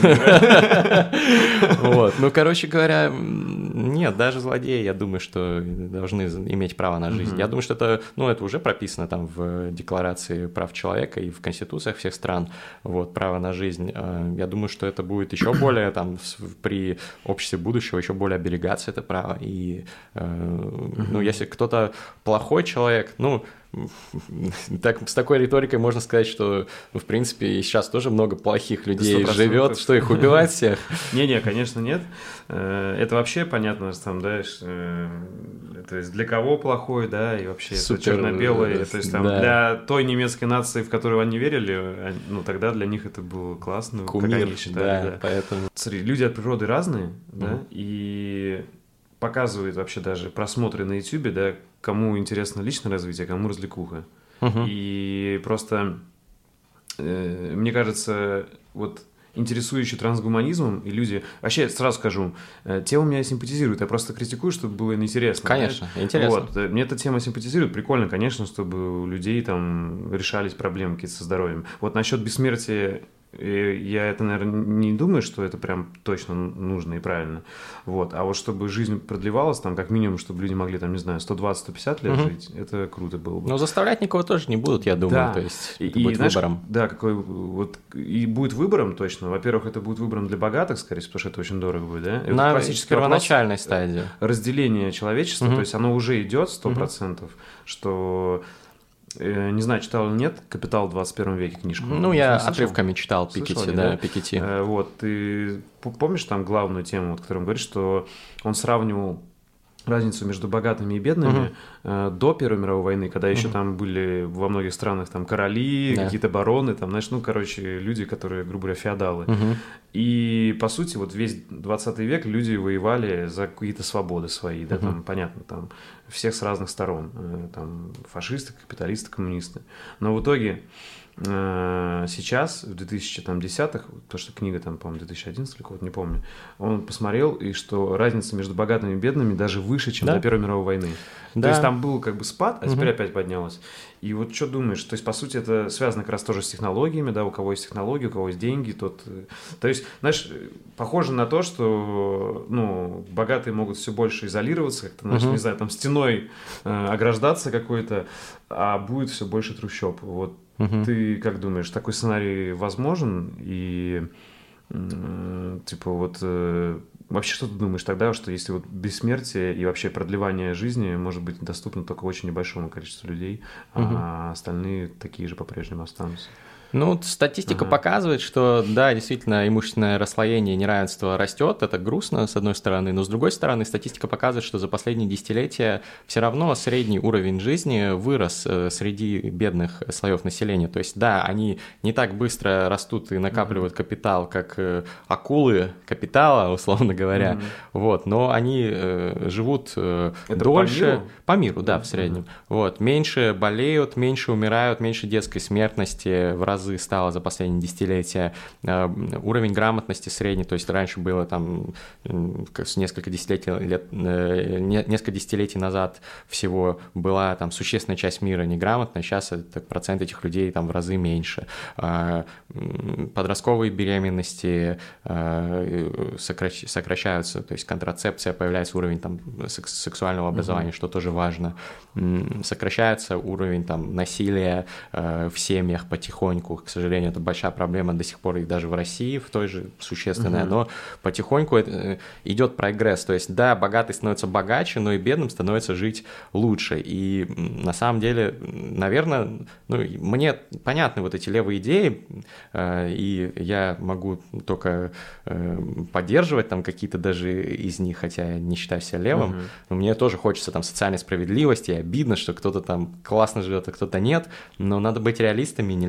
Вот, ну, короче говоря, нет, даже злодеи, я думаю, что должны иметь право на жизнь. Я думаю, что это, ну, это уже прописано там в Декларации прав человека и в конституциях всех стран, вот, право на жизнь. Я думаю, что это будет еще более там при обществе будущего еще более оберегаться это право. И, ну, если кто-то плохой человек, ну, так, с такой риторикой можно сказать, что, ну, в принципе, сейчас тоже много плохих людей 100%. Живет, что их убивать всех? Не-не, конечно, нет. Это вообще понятно, там, да, то есть для кого плохой, да, и вообще это черно-белое, то есть там для той немецкой нации, в которую они верили, ну, тогда для них это было классно, кумир, как они считали, да. Поэтому... Смотри, люди от природы разные, да, и показывают вообще даже просмотры на YouTube, да, кому интересно личное развитие, кому развлекуха. И просто, мне кажется, вот интересующие трансгуманизмом, и люди... Вообще, сразу скажу, тема меня симпатизирует, я просто критикую, чтобы было интересно. Конечно, знаешь? интересно. Вот, мне эта тема симпатизирует, прикольно, конечно, чтобы у людей там решались проблемы какие-то со здоровьем. Вот насчет бессмертия, я это, наверное, не думаю, что это прям точно нужно и правильно. Вот. А вот чтобы жизнь продлевалась, там, как минимум, чтобы люди могли, там, не знаю, 120-150 лет жить, это круто было бы. Но заставлять никого тоже не будут, я думаю. Да. То есть это будет знаешь, выбором. Да, какой вот и будет выбором точно. Во-первых, это будет выбором для богатых, скорее всего, потому что это очень дорого будет, да? Это на вопрос первоначальной стадии. Разделение человечества, то есть оно уже идет 100%, что... Не знаю, читал или нет, «Капитал в 21 веке» книжку. Ну, я отрывками читал Пикетти, да, Пикетти. Вот, ты помнишь там главную тему, вот, которую он говорит, что он сравнивал разницу между богатыми и бедными до Первой мировой войны, когда еще там были во многих странах там короли, какие-то бароны, там, знаешь, ну, короче, люди, которые, грубо говоря, феодалы. И, по сути, вот весь 20 век люди воевали за какие-то свободы свои, да, там, понятно, там, всех с разных сторон, там, фашисты, капиталисты, коммунисты. Но в итоге сейчас, в 2010-х, потому что книга там, по-моему, 2011 или кого-то, не помню, он посмотрел, и что разница между богатыми и бедными даже выше, чем до Первой мировой войны. Да. То есть там был как бы спад, а теперь опять поднялось. И вот что думаешь? То есть, по сути, это связано как раз тоже с технологиями, да, у кого есть технологии, у кого есть деньги, тот... То есть, знаешь, похоже на то, что, ну, богатые могут все больше изолироваться, как-то, знаешь, не знаю, там стеной ограждаться какой-то, а будет все больше трущоб. Вот. Ты как думаешь, такой сценарий возможен? И типа вот вообще что ты думаешь тогда, что если вот бессмертие и вообще продлевание жизни может быть доступно только очень небольшому количеству людей, а остальные такие же по-прежнему останутся? Ну, статистика показывает, что, да, действительно, имущественное расслоение и неравенство растет, это грустно, с одной стороны, но с другой стороны, статистика показывает, что за последние десятилетия все равно средний уровень жизни вырос среди бедных слоев населения, то есть, да, они не так быстро растут и накапливают капитал, как акулы капитала, условно говоря, вот, но они живут дольше, по миру, да, в среднем, вот, меньше болеют, меньше умирают, меньше детской смертности в разы стало за последние десятилетия, уровень грамотности средний, то есть раньше было там несколько десятилетий назад всего была там существенная часть мира неграмотная, сейчас процент этих людей там в разы меньше. Подростковые беременности сокращаются, то есть контрацепция, появляется уровень там сексуального образования, что тоже важно. Сокращается уровень там насилия в семьях потихоньку. К сожалению, это большая проблема до сих пор и даже в России, в той же существенная, но потихоньку идет прогресс. То есть, да, богатый становится богаче, но и бедным становится жить лучше. И на самом деле, наверное, ну, мне понятны вот эти левые идеи, и я могу только поддерживать там какие-то даже из них, хотя я не считаю себя левым, но мне тоже хочется там социальной справедливости, и обидно, что кто-то там классно живет, а кто-то нет, но надо быть реалистами, нельзя там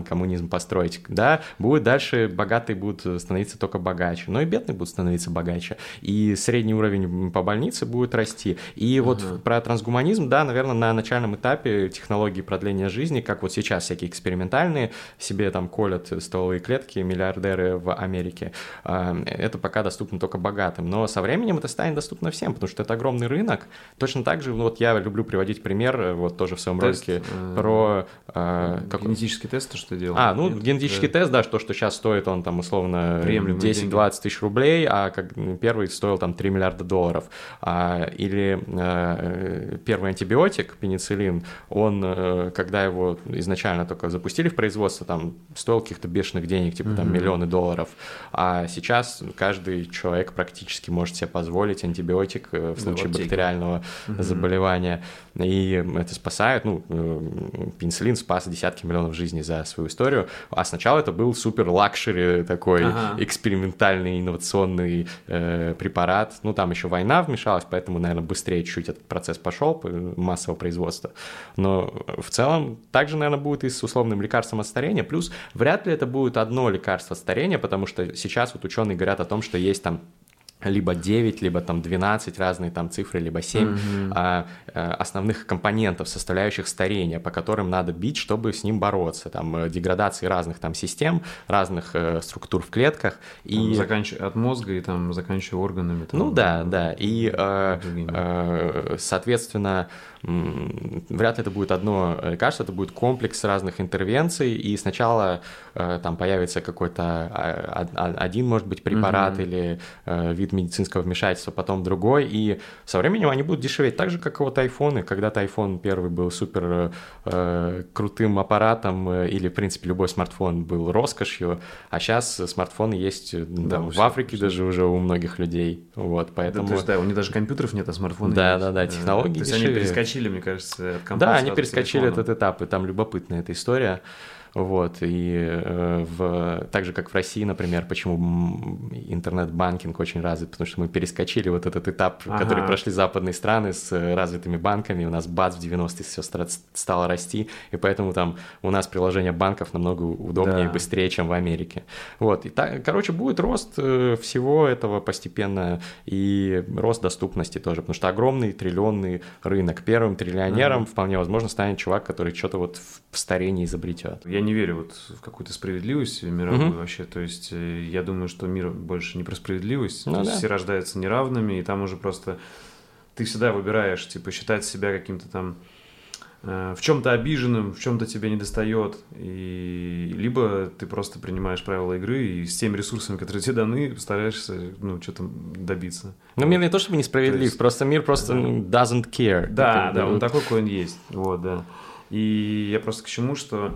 коммунизм построить, да, будет дальше богатые будут становиться только богаче, но и бедные будут становиться богаче, и средний уровень по больнице будет расти. И вот про трансгуманизм, да, наверное, на начальном этапе технологии продления жизни, как вот сейчас всякие экспериментальные, себе там колят стволовые клетки миллиардеры в Америке, это пока доступно только богатым, но со временем это станет доступно всем, потому что это огромный рынок. Точно так же, вот я люблю приводить пример, вот тоже в своем ролике, про... Генетический тест, то, что делал? Генетический тест, да, что сейчас стоит он там условно 10-20 тысяч рублей, а первый стоил там $3 миллиарда. Или первый антибиотик, пенициллин, он, когда его изначально только запустили в производство, там стоил каких-то бешеных денег, типа там миллионы долларов, а сейчас каждый человек практически может себе позволить антибиотик в случае бактериального заболевания, и это спасает, пенициллин спас десятки миллионов жизней за свою историю, а сначала это был супер лакшери такой экспериментальный инновационный препарат, там еще война вмешалась, поэтому, наверное, быстрее чуть-чуть этот процесс пошел массового производства, но в целом также, наверное, будет и с условным лекарством от старения, плюс вряд ли это будет одно лекарство от старения, потому что сейчас вот ученые говорят о том, что есть там либо 9, либо там 12 разные там цифры, либо 7 основных компонентов, составляющих старения, по которым надо бить, чтобы с ним бороться. Там деградации разных там систем, разных структур в клетках. И... Заканчивая от мозга и там заканчивая органами. Там, да. И, соответственно, вряд ли это будет одно лекарство, это будет комплекс разных интервенций, и сначала там появится какой-то один, может быть, препарат или вид медицинского вмешательства, потом другой, и со временем они будут дешеветь, так же, как и вот айфоны. Когда-то iPhone первый был супер крутым аппаратом, или, в принципе, любой смартфон был роскошью, а сейчас смартфоны есть в Африке даже уже у многих людей, вот, поэтому... у них даже компьютеров нет, а смартфоны есть. Да, технологии дешевле. Они перескочили, мне кажется, от компа. Да, они перескочили этот этап, и там любопытная эта история. Вот, и так же, как в России, например, почему интернет-банкинг очень развит, потому что мы перескочили вот этот этап, который прошли западные страны с развитыми банками, у нас бац, в 90-е все стало расти, и поэтому там у нас приложение банков намного удобнее и быстрее, чем в Америке. Вот, и будет рост всего этого постепенно, и рост доступности тоже, потому что огромный триллионный рынок. Первым триллионером вполне возможно станет чувак, который что-то вот в старении изобретет. Я не верю вот в какую-то справедливость мировую вообще, то есть я думаю, что мир больше не про справедливость, то есть все рождаются неравными, и там уже просто ты всегда выбираешь, типа, считать себя каким-то там в чем-то обиженным, в чем-то тебе недостает, и либо ты просто принимаешь правила игры и с теми ресурсами, которые тебе даны, стараешься, что-то добиться. Но мир не то чтобы несправедлив, просто мир просто doesn't care. Да, он такой, какой он есть, вот, да. И я просто к чему, что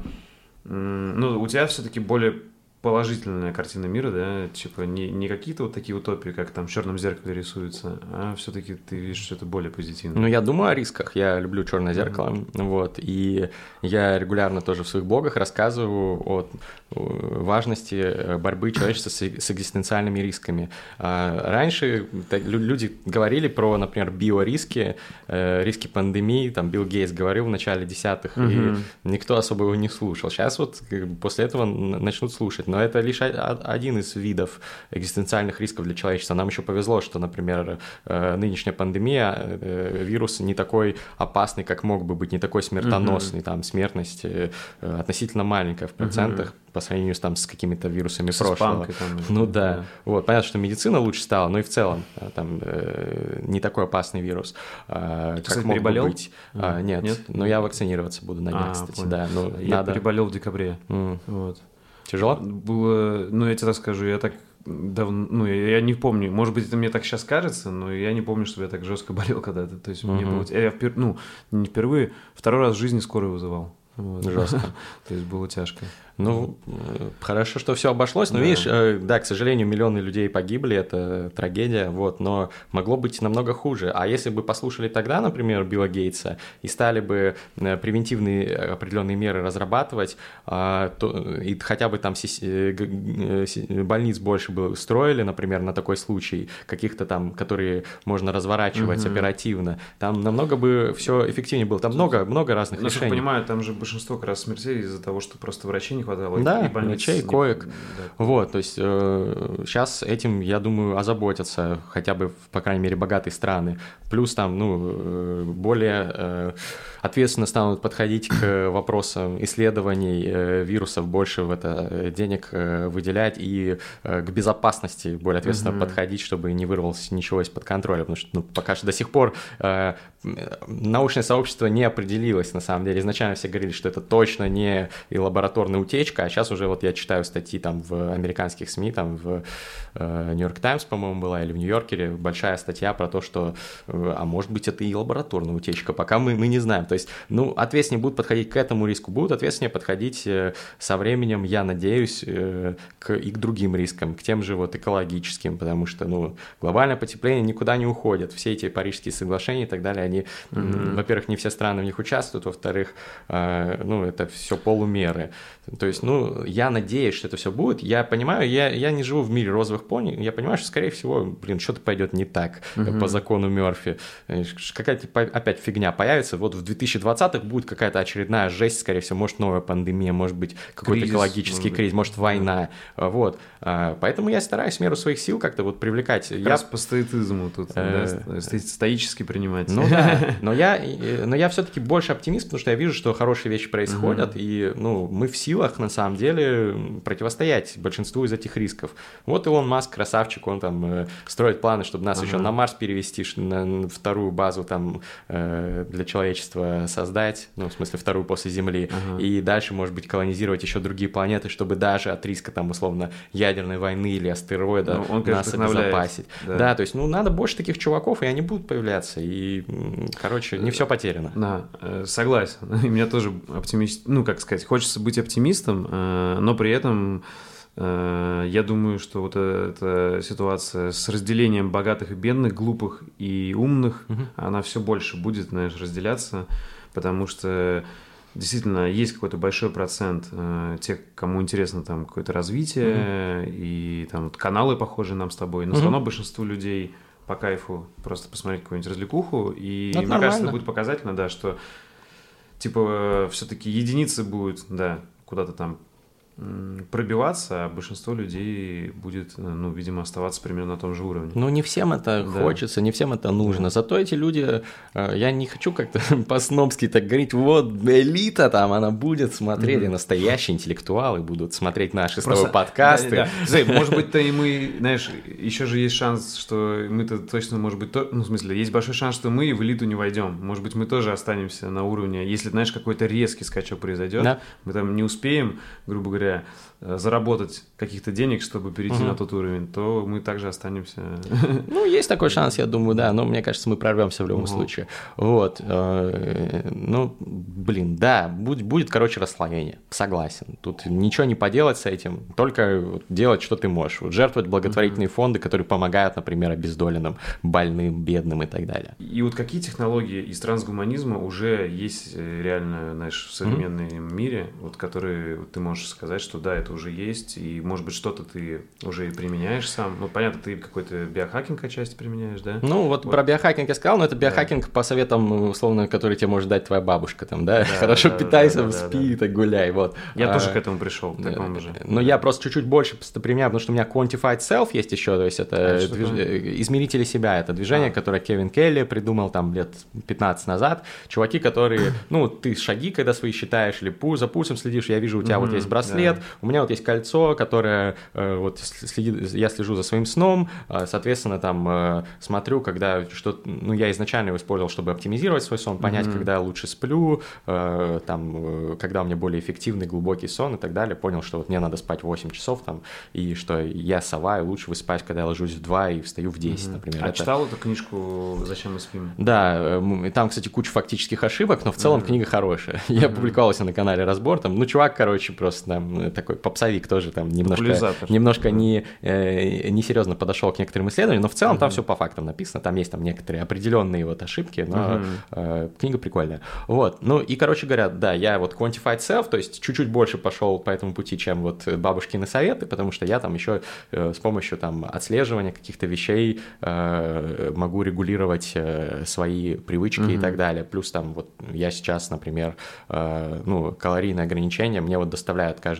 у тебя все-таки более положительная картина мира, да, типа не какие-то вот такие утопии, как там в «Черном зеркале» рисуются, а все-таки ты видишь что-то более позитивное. Я думаю о рисках, я люблю «Черное зеркало», вот, и я регулярно тоже в своих блогах рассказываю о важности борьбы человечества с экзистенциальными рисками. Раньше люди говорили про, например, биориски, риски пандемии, там Билл Гейтс говорил в начале 10-х, и никто особо его не слушал. Сейчас вот после этого начнут слушать. Но это лишь один из видов экзистенциальных рисков для человечества. Нам еще повезло, что, например, нынешняя пандемия, вирус не такой опасный, как мог бы быть, не такой смертоносный, там смертность относительно маленькая в процентах по сравнению с какими-то вирусами прошлого. Да. Вот, понятно, что медицина лучше стала, но и в целом там не такой опасный вирус, как мог бы быть. Нет, но я вакцинироваться буду на днях, кстати. Да, я переболел в декабре. Вот. Тяжело? Было, я тебе расскажу, я так давно, я не помню, может быть, это мне так сейчас кажется, но я не помню, чтобы я так жестко болел когда-то, то есть мне было, не впервые, второй раз в жизни скорую вызывал. Вот. Жестко. То есть было тяжко. Хорошо, что все обошлось, но видишь, к сожалению, миллионы людей погибли, это трагедия, вот, но могло быть намного хуже. А если бы послушали тогда, например, Билла Гейтса и стали бы превентивные определенные меры разрабатывать, и хотя бы там больниц больше бы строили, например, на такой случай, каких-то там, которые можно разворачивать оперативно, там намного бы все эффективнее было, там много разных решений. Насколько я понимаю, там же большинство как раз смертей из-за того, что просто врачей не хватает хватало, да, и больниц. врачей, и коек. Да. Вот, то есть сейчас этим, я думаю, озаботятся хотя бы, по крайней мере, богатые страны. Плюс там, более ответственно станут подходить к вопросам исследований вирусов, больше в это денег выделять и к безопасности более ответственно подходить, чтобы не вырвалось ничего из-под контроля, потому что пока что до сих пор научное сообщество не определилось, на самом деле. Изначально все говорили, что это точно не и лабораторная утечка, а сейчас уже вот я читаю статьи там в американских СМИ, там в Нью-Йорк Таймс, по-моему, была, или в Нью-Йоркере, большая статья про то, что, а может быть, это и лабораторная утечка, пока мы не знаем. То есть, ответственнее будут подходить к этому риску, будут ответственнее подходить со временем, я надеюсь, и к другим рискам, к тем же вот экологическим, потому что, глобальное потепление никуда не уходит. Все эти Парижские соглашения и так далее, они, во-первых, не все страны в них участвуют, во-вторых, это все полумеры. То есть, я надеюсь, что это все будет. Я понимаю, я не живу в мире розовых пони, я понимаю, что, скорее всего, что-то пойдет не так по закону Мёрфи. Какая-то опять фигня появится. Вот в 2020-х будет какая-то очередная жесть, скорее всего, может, новая пандемия, может быть, какой-то экологический кризис, может, война. Вот. Поэтому я стараюсь в меру своих сил как-то вот привлекать. Как раз по стоицизму тут, стоически принимать. Но я все-таки больше оптимист, потому что я вижу, что хорошие вещи происходят, и мы в силах, на самом деле, противостоять большинству из этих рисков. Вот Илон Маск, красавчик, он там строит планы, чтобы нас еще на Марс перевести, на вторую базу там для человечества создать, в смысле вторую после Земли, и дальше, может быть, колонизировать еще другие планеты, чтобы даже от риска там условно ядерной войны или астероида нас обезопасить. Да, то есть, надо больше таких чуваков, и они будут появляться, и, короче, не все потеряно. Да, согласен. И меня тоже хочется быть оптимистом, но при этом я думаю, что вот эта ситуация с разделением богатых и бедных, глупых и умных, она все больше будет, разделяться, потому что действительно есть какой-то большой процент тех, кому интересно там какое-то развитие, и там каналы похожие нам с тобой, но все равно большинству людей по кайфу просто посмотреть какую-нибудь развлекуху, и мне кажется, это будет показательно, да, что типа все-таки единицы будут, да, куда-то там пробиваться, а большинство людей будет, видимо, оставаться примерно на том же уровне. Не всем это хочется, не всем это нужно. Зато эти люди, я не хочу как-то по-снобски так говорить, вот элита там, она будет смотреть, и настоящие интеллектуалы будут смотреть наши с тобой подкасты. Зэй, может быть-то и мы, знаешь, еще же есть шанс, что мы-то точно, может быть, в смысле, есть большой шанс, что мы в элиту не войдем. Может быть, мы тоже останемся на уровне, если, знаешь, какой-то резкий скачок произойдет, мы там не успеем, грубо говоря, заработать каких-то денег, чтобы перейти на тот уровень, то мы также останемся. Есть такой шанс, я думаю, да, но мне кажется, мы прорвемся в любом случае. Вот. Будет, короче, расслоение, согласен. Тут ничего не поделать с этим, только делать, что ты можешь. Вот жертвовать благотворительные фонды, которые помогают, например, обездоленным, больным, бедным и так далее. И вот какие технологии из трансгуманизма уже есть реально, знаешь, в современном мире, вот которые ты можешь сказать, что да, это уже есть, и, может быть, что-то ты уже и применяешь сам. Понятно, ты какой-то биохакинг отчасти применяешь, да? Про биохакинг я сказал, но это биохакинг по советам, условно, который тебе может дать твоя бабушка, там, да? Хорошо питайся, спи, так гуляй, вот. Я тоже к этому пришел, к такому же. Но я просто чуть-чуть больше применяю, потому что у меня Quantified Self есть еще, то есть это измерители себя, это движение, которое Кевин Келли придумал там лет 15 назад. Чуваки, которые, ты шаги, когда свои считаешь, или за пульсом следишь, я вижу, у тебя вот есть браслет, у меня вот есть кольцо, которое я слежу за своим сном, соответственно, там смотрю, когда что-то, я изначально его использовал, чтобы оптимизировать свой сон, понять, когда я лучше сплю, там, когда у меня более эффективный глубокий сон и так далее, понял, что вот мне надо спать 8 часов там, и что я сова, и лучше высыпать, когда я ложусь в 2 и встаю в 10, например. Читал эту книжку «Зачем мы спим»? Да, там, кстати, куча фактических ошибок, но в целом книга хорошая. Я публиковался на канале «Разбор», там, чувак, короче, просто там такой попсовик тоже там немножко не серьезно подошел к некоторым исследованиям, но в целом там все по фактам написано, там есть там некоторые определенные вот ошибки, но книга прикольная. Вот, и, короче говоря, да, я вот Quantified Self, то есть чуть-чуть больше пошел по этому пути, чем вот бабушкины советы, потому что я там еще с помощью там отслеживания каких-то вещей могу регулировать свои привычки и так далее. Плюс там вот я сейчас, например, калорийные ограничения мне вот доставляют каждый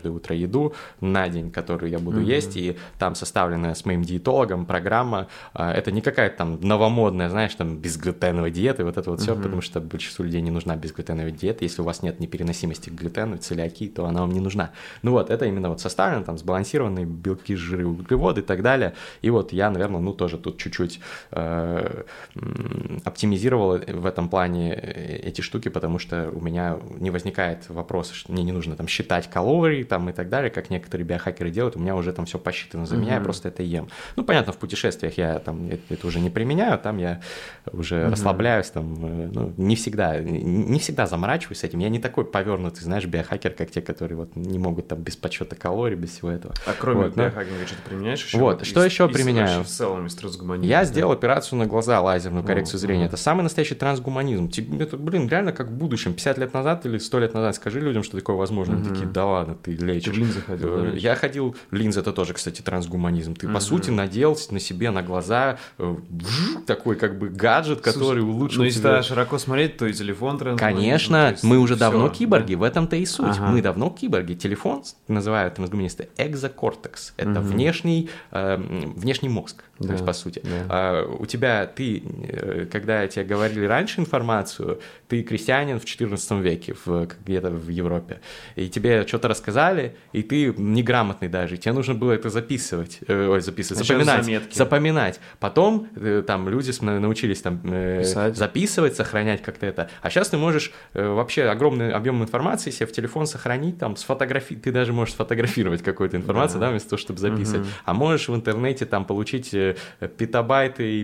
каждое утро еду на день, которую я буду есть, и там составленная с моим диетологом программа. Это не какая-то там новомодная, знаешь, там безглютеновая диета, и вот это вот все, потому что большинству людей не нужна безглютеновая диета. Если у вас нет непереносимости к глютену, целиакии, то она вам не нужна. Ну вот, это именно вот составлено, там, сбалансированные белки, жиры, углеводы и так далее. И вот я, наверное, тоже тут чуть-чуть оптимизировал в этом плане эти штуки, потому что у меня не возникает вопроса, что мне не нужно там считать калории там и так далее, как некоторые биохакеры делают, у меня уже там все посчитано за меня, я просто это ем. Ну, понятно, в путешествиях я там это уже не применяю, там я уже расслабляюсь, там, ну, не всегда заморачиваюсь с этим, я не такой повернутый, знаешь, биохакер, как те, которые вот не могут там без подсчета калорий, без всего этого. А кроме биохакинга что-то применяешь еще? Вот, что еще применяю? В целом, из трансгуманизма. Я сделал операцию на глаза, лазерную коррекцию зрения. Это самый настоящий трансгуманизм. Это, реально как в будущем. 50 лет назад или 100 лет назад скажи людям, что такое возможно. Они такие, да ладно, ты лечишь. Ты в линзы ходил, да? Я ходил, линзы это тоже, кстати, трансгуманизм. Ты, по сути, надел на себе, на глаза такой как бы гаджет, который улучшил ну, если тебя... широко смотреть, то и телефон трансгуманизм. Конечно, мы уже давно киборги, в этом-то и суть. Мы давно киборги. Телефон называют трансгуманисты экзокортекс. Это внешний мозг, то есть, по сути. У тебя, когда тебе говорили раньше информацию, ты крестьянин в 14 веке, где-то в Европе, и тебе что-то рассказали, и ты неграмотный даже, тебе нужно было это запоминать. Потом там люди научились там записывать, сохранять как-то это. А сейчас ты можешь вообще огромный объем информации себе в телефон сохранить, там, ты даже можешь сфотографировать какую-то информацию, да, вместо того, чтобы записывать. А можешь в интернете там получить петабайты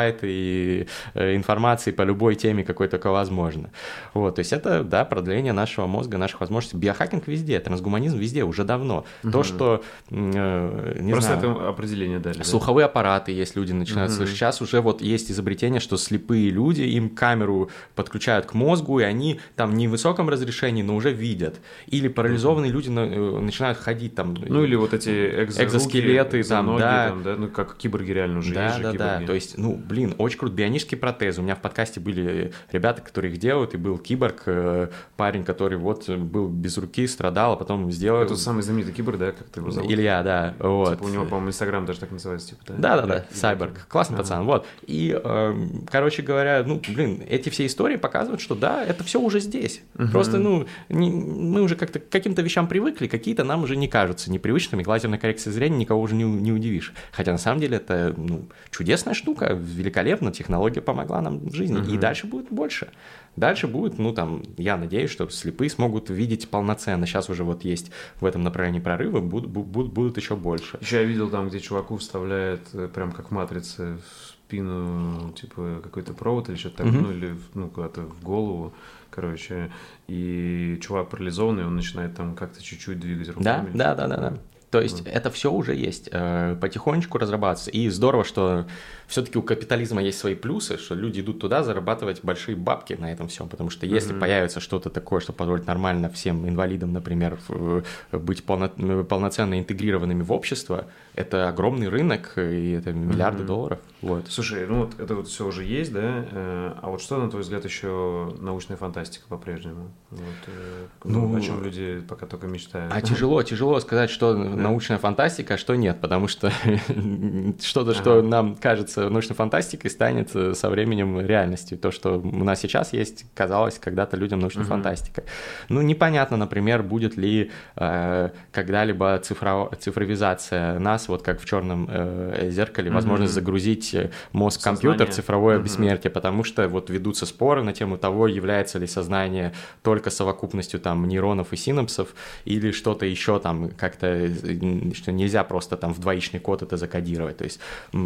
информации по любой теме, какой только возможно. Вот, то есть это, да, продление нашего мозга, наших возможностей. Биохакинг везде, трансгуманизм везде, уже давно. То, что, просто это определение дали. Слуховые аппараты, есть люди начинают слышать. Сейчас уже вот есть изобретение, что слепые люди, им камеру подключают к мозгу, и они там не в высоком разрешении, но уже видят. Или парализованные люди начинают ходить там. Ну или вот эти экзоскелеты, там, ноги, да. Там, да. Ну как киборги реально уже есть же киборги. Да, то есть, очень круто. Бионические протезы. У меня в подкасте были ребята, которые их делают, и был киборг, парень, который вот был без руки, страдал, а потом сделал... Это самый знаменитый киборг, да, как ты его зовут? Илья, да. Вот. Типа у него, по-моему, Инстаграм даже так называется, типа, да? Да, Сайборг. Классный пацан, вот. И, короче говоря, эти все истории показывают, что да, это все уже здесь. Просто, мы уже как-то к каким-то вещам привыкли, какие-то нам уже не кажутся непривычными. Лазерная коррекция зрения никого уже не удивишь. Хотя на самом деле это чудесная штука, великолепно, технология помогла нам в жизни. И дальше будет больше. Дальше будет, я надеюсь, что слепые смогут видеть полноценно. Сейчас уже вот есть в этом направлении прорывы, будут еще больше. Еще я видел там, где чуваку вставляют прям как в матрице в спину, типа, какой-то провод или что-то такое, или куда-то в голову, короче, и чувак парализованный, он начинает там как-то чуть-чуть двигать руками. Да. То есть это все уже есть, потихонечку разрабатывается. И здорово, что все-таки у капитализма есть свои плюсы, что люди идут туда зарабатывать большие бабки на этом всем. Потому что если появится что-то такое, что позволит нормально всем инвалидам, например, быть полноценно интегрированными в общество, это огромный рынок, и это миллиарды долларов. Вот. Слушай, это вот все уже есть, да? А вот что, на твой взгляд, еще научная фантастика по-прежнему? О чем люди пока только мечтают? А тяжело сказать, что научная фантастика, а что нет, потому что что-то, что нам кажется научной фантастикой, станет со временем реальностью. То, что у нас сейчас есть, казалось когда-то людям научной фантастикой. Непонятно, например, будет ли когда-либо цифровизация нас, вот как в «Черном зеркале», возможность загрузить мозг в компьютер, цифровое бессмертие, потому что вот ведутся споры на тему того, является ли сознание только совокупностью там нейронов и синапсов, или что-то еще там как-то, что нельзя просто там в двоичный код это закодировать. То есть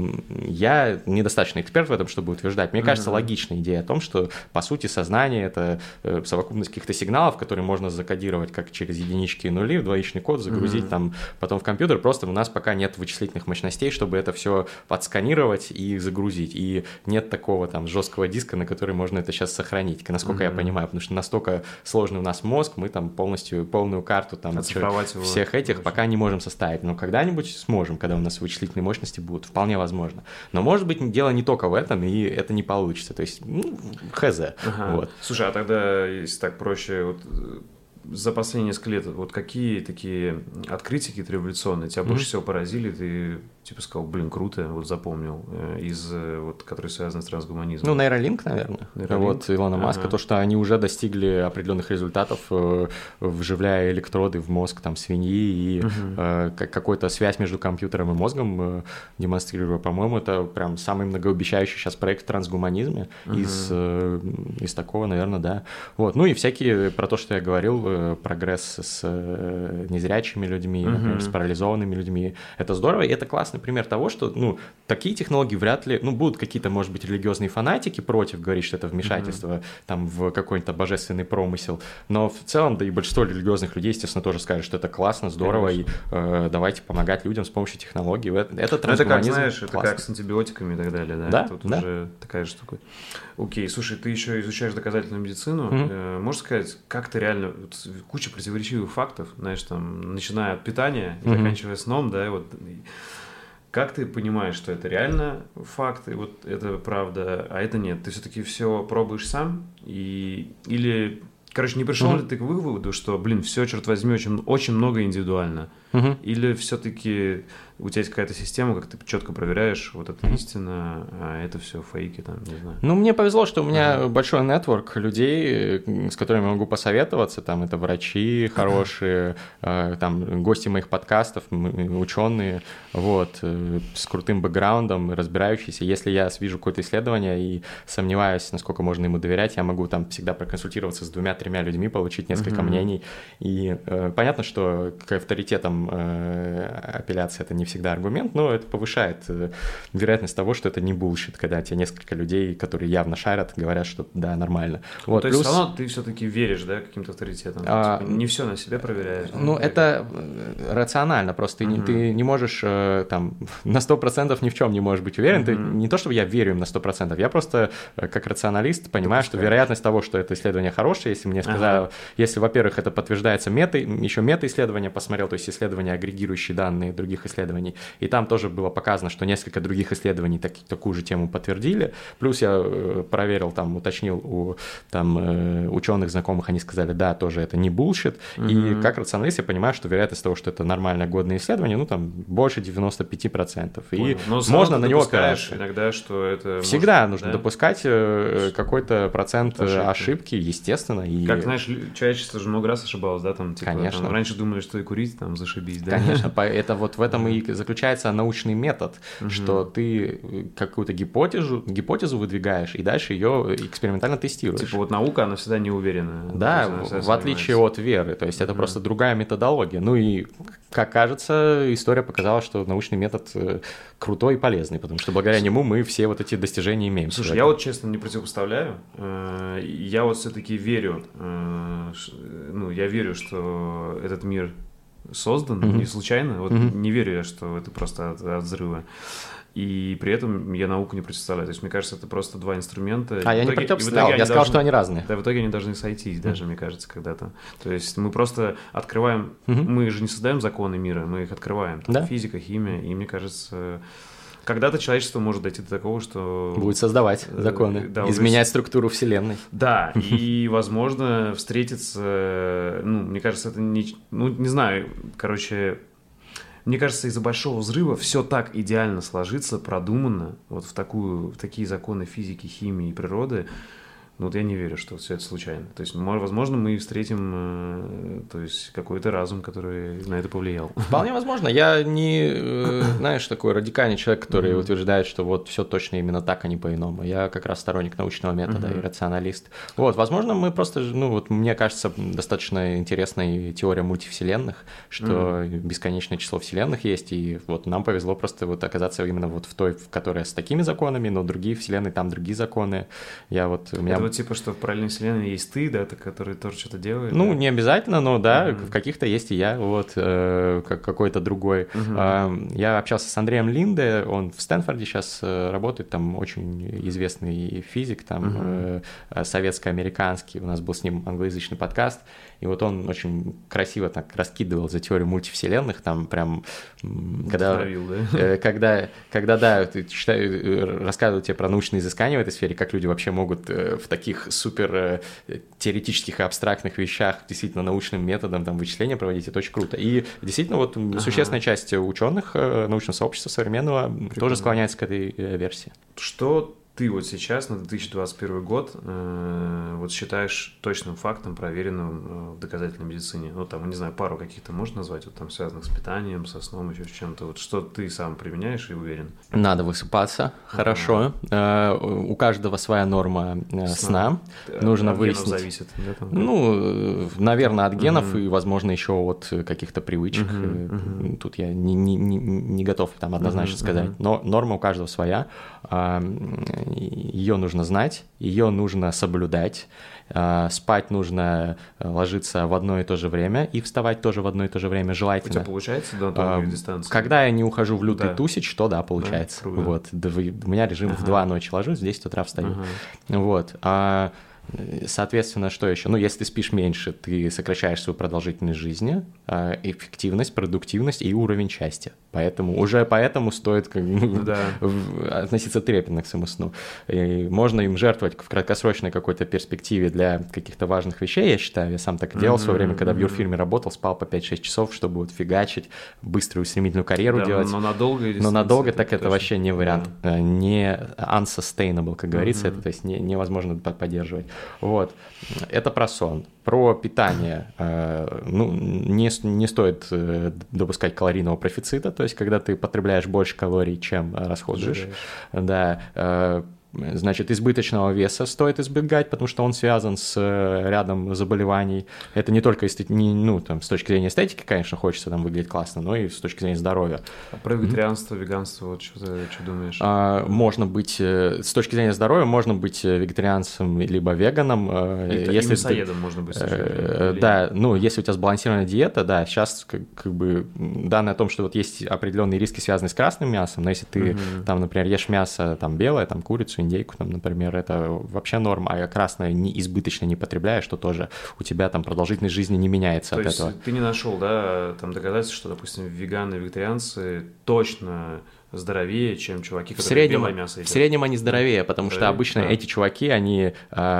я недостаточно эксперт в этом, чтобы утверждать. Мне кажется, логичная идея о том, что по сути сознание — это совокупность каких-то сигналов, которые можно закодировать как через единички и нули в двоичный код, загрузить там потом в компьютер. Просто у нас пока нет вычислительных мощностей, чтобы это все подсканировать и загрузить. И нет такого там жесткого диска, на который можно это сейчас сохранить, насколько я понимаю, потому что настолько сложный у нас мозг, мы там полную карту там всех этих пока не можем составить. Но когда-нибудь сможем, когда у нас вычислительные мощности будут, вполне возможно. Но может быть дело не только в этом, и это не получится. То есть, хз. Вот. Слушай, а тогда, если так проще, за последние несколько лет, вот какие такие открытия какие-то революционные тебя больше всего поразили, ты типа сказал, блин, круто, вот запомнил, которые связаны с трансгуманизмом? Ну, Neuralink, наверное. Вот Илона Маска, то, что они уже достигли определенных результатов, вживляя электроды в мозг там свиньи и какую-то связь между компьютером и мозгом демонстрируя. По-моему, это прям самый многообещающий сейчас проект в трансгуманизме из такого, наверное, да. Вот. Ну и всякие, про то, что я говорил, прогресс с незрячими людьми, например, с парализованными людьми. Это здорово, и это классный пример того, что, ну, такие технологии вряд ли, ну, будут какие-то, может быть, религиозные фанатики против говорить, что это вмешательство там в какой-то божественный промысел, но в целом, да и большинство религиозных людей, естественно, тоже скажут, что это классно, здорово, и давайте помогать людям с помощью технологий. Это трансгуманизм. Это как, знаешь, это как с антибиотиками и так далее, да? Да, тут да. уже такая же штука. Окей, слушай, ты еще изучаешь доказательную медицину, можешь сказать, как ты реально, куча противоречивых фактов, знаешь, там, начиная от питания и заканчивая сном, да, и вот... Как ты понимаешь, что это реально факт, и вот это правда, а это нет? Ты все-таки все пробуешь сам? Или, короче, не пришел ли ты к выводу, что, блин, все, черт возьми, очень много индивидуально? Или все-таки у тебя есть какая-то система, как ты четко проверяешь, вот это истина, а это все фейки, там, не знаю. Ну, мне повезло, что у меня большой нетворк людей, с которыми я могу посоветоваться, там, это врачи хорошие, там, гости моих подкастов, ученые, вот, с крутым бэкграундом, разбирающиеся. Если я вижу какое-то исследование и сомневаюсь, насколько можно ему доверять, я могу там всегда проконсультироваться с 2-3 людьми, получить несколько мнений. И понятно, что к авторитетам апелляция — это не всегда аргумент, но это повышает вероятность того, что это не булшит, когда тебе несколько людей, которые явно шарят, говорят, что да, нормально. Вот, то есть все равно ты все-таки веришь, да, каким-то авторитетам? Типа, не все на себе проверяешь? Ну, это рационально, просто ты не можешь там на 100% ни в чем не можешь быть уверен. Ты, не то, чтобы я верю им на 100%, я просто как рационалист понимаю, что вероятность того, что это исследование хорошее, если мне сказали, если, во-первых, это подтверждается еще мета-исследование посмотрел, то есть исследования, агрегирующие данные других исследований, и там тоже было показано, что несколько других исследований такую же тему подтвердили, плюс я проверил, там, уточнил у ученых знакомых, они сказали, да, тоже это не булшит, и как рационалист я понимаю, что вероятность того, что это нормальное годное исследование, ну, там, больше 95%, и можно на него опираться. Иногда, что это всегда нужно допускать какой-то процент ошибки, естественно. И... Как, знаешь, человечество же много раз ошибалось, да, там, типа, конечно. Там, раньше думали, что и курить, там, зашибись, да? Конечно, это вот в этом и заключается научный метод, что ты какую-то гипотезу выдвигаешь, и дальше ее экспериментально тестируешь. Типа вот наука, она всегда не уверена. Да, в отличие от веры, то есть это просто другая методология. Ну и, как кажется, история показала, что научный метод крутой и полезный, потому что благодаря нему мы все вот эти достижения имеем. Слушай, я вот честно не противопоставляю, я вот все-таки верю, я верю, что этот мир создан не случайно, вот не верю я, что это просто от взрыва. И при этом я науку не противопоставляю. То есть, мне кажется, это просто два инструмента. Я не противопоставлял, я сказал, что они разные. Да, в итоге они должны сойтись даже, мне кажется, когда-то. То есть мы просто открываем, мы же не создаем законы мира, мы их открываем. Там, физика, химия, и мне кажется... Когда-то человечество может дойти до такого, что... Будет создавать законы, изменять структуру Вселенной. Да, и, возможно, встретиться... мне кажется, это не... не знаю, короче... Мне кажется, из-за большого взрыва все так идеально сложится, продумано, вот в такие законы физики, химии и природы. Вот я не верю, что все это случайно. То есть, возможно, мы встретим какой-то разум, который на это повлиял. Вполне возможно. Я не, такой радикальный человек, который утверждает, что вот все точно именно так, а не по-иному. Я как раз сторонник научного метода и рационалист. Вот, возможно, мы просто, мне кажется, достаточно интересная теория мультивселенных, что бесконечное число вселенных есть, и вот нам повезло просто вот оказаться именно вот в той, которая с такими законами, но другие вселенные, там другие законы. У меня типа, что в параллельной вселенной есть ты, да, который тоже что-то делает. Ну, не обязательно, но да, в каких-то есть и я, вот, как какой-то другой. Я общался с Андреем Линде, он в Стэнфорде сейчас работает, там очень известный физик, там советско-американский, у нас был с ним англоязычный подкаст, и вот он очень красиво так раскидывал за теорию мультивселенных, там прям, когда рассказывают тебе про научные изыскания в этой сфере, как люди вообще могут в таких супер теоретических и абстрактных вещах действительно научным методом там вычисления проводить, это очень круто. И действительно вот существенная часть ученых научного сообщества современного тоже склоняется к этой версии. Что ты вот сейчас, на 2021 год, вот считаешь точным фактом, проверенным в доказательной медицине? Ну, там, не знаю, пару каких-то можно назвать, вот там связанных с питанием, со сном, еще с чем-то. Вот что ты сам применяешь и уверен? Надо высыпаться хорошо. У каждого своя норма сна. Нужно выяснить. От генов зависит, да, там? Ну, наверное, от генов и, возможно, еще от каких-то привычек. Тут я не готов там однозначно сказать. Но норма у каждого своя. Ее нужно знать, ее нужно соблюдать, спать нужно ложиться в одно и то же время и вставать тоже в одно и то же время, желательно. У тебя получается до долгой дистанции? Когда я не ухожу в лютый тусич, то да, получается. Да, вот. У меня режим в 2 ночи ложусь, в 10 утра встаю. Вот. Соответственно, что еще? Ну, если ты спишь меньше, ты сокращаешь свою продолжительность жизни, эффективность, продуктивность и уровень счастья. Поэтому стоит относиться трепетно к своему сну. И можно им жертвовать в краткосрочной какой-то перспективе для каких-то важных вещей, я считаю. Я сам так и делал в свое время, когда в юрфирме работал, спал по 5-6 часов, чтобы вот фигачить, быструю стремительную карьеру делать. Но надолго так это вообще не вариант. Не unsustainable, как говорится, это то есть невозможно поддерживать. Вот. Это про сон. Про питание. Не стоит допускать калорийного профицита, то есть когда ты потребляешь больше калорий, чем расходуешь. Да. Значит, избыточного веса стоит избегать, потому что он связан с рядом заболеваний. Это не только с точки зрения эстетики, конечно, хочется там выглядеть классно, но и с точки зрения здоровья. А про вегетарианство, веганство, вот что думаешь? Можно быть, с точки зрения здоровья, можно быть вегетарианцем либо веганом. И мясоедом можно быть. Да, если у тебя сбалансированная диета, да, сейчас как бы данные о том, что вот есть определенные риски, связанные с красным мясом, но если ты там, например, ешь мясо там белое, там курицу, индейку, там, например, это вообще норма, а красное избыточно не потребляешь, что тоже у тебя там продолжительность жизни не меняется от этого. То есть ты не нашел, да, там доказательств, что, допустим, веганы и вегетарианцы точно здоровее, чем чуваки, которые белое мясо едят. В среднем они здоровее, потому что обычно эти чуваки, они,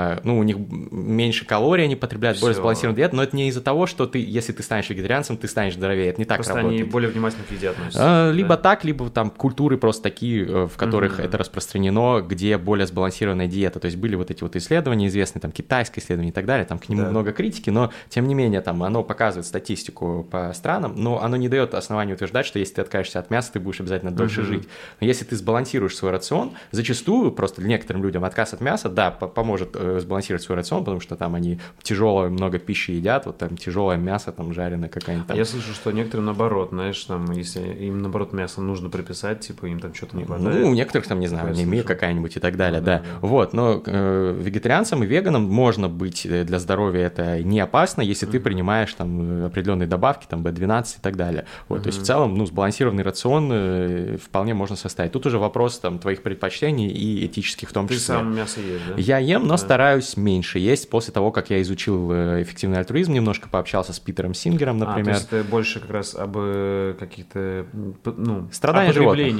у них меньше калорий, они потребляют более сбалансированную диету, но это не из-за того, что если ты станешь вегетарианцем, ты станешь здоровее, это не так просто работает. Они более внимательно к еде относятся. Либо так, либо там культуры просто такие, в которых это распространено, где более сбалансированная диета, то есть были вот эти вот исследования известные, там китайское исследование и так далее, там к нему много критики, но тем не менее там оно показывает статистику по странам, но оно не дает основания утверждать, что если ты откажешься от мяса, ты будешь обязательно дольше жить. Но если ты сбалансируешь свой рацион, зачастую просто некоторым людям отказ от мяса, да, поможет сбалансировать свой рацион, потому что там они тяжелое много пищи едят, вот там тяжелое мясо, там жареное какая-нибудь там. Я слышу, что некоторым наоборот, знаешь, там, если им наоборот мясо нужно приписать, типа им там что-то не хватает. У некоторых там, не знаю, анемия какая-нибудь и так далее, да. Вот, но вегетарианцам и веганам можно быть для здоровья, это не опасно, если ты принимаешь там определенные добавки, там B12 и так далее. Вот, то есть в целом, сбалансированный рацион вполне можно составить. Тут уже вопрос там твоих предпочтений и этических в том числе. Ты сам мясо ешь, да? Я ем, но стараюсь меньше есть после того, как я изучил эффективный альтруизм, немножко пообщался с Питером Сингером, например. То есть это больше как раз об каких-то, страдания животных.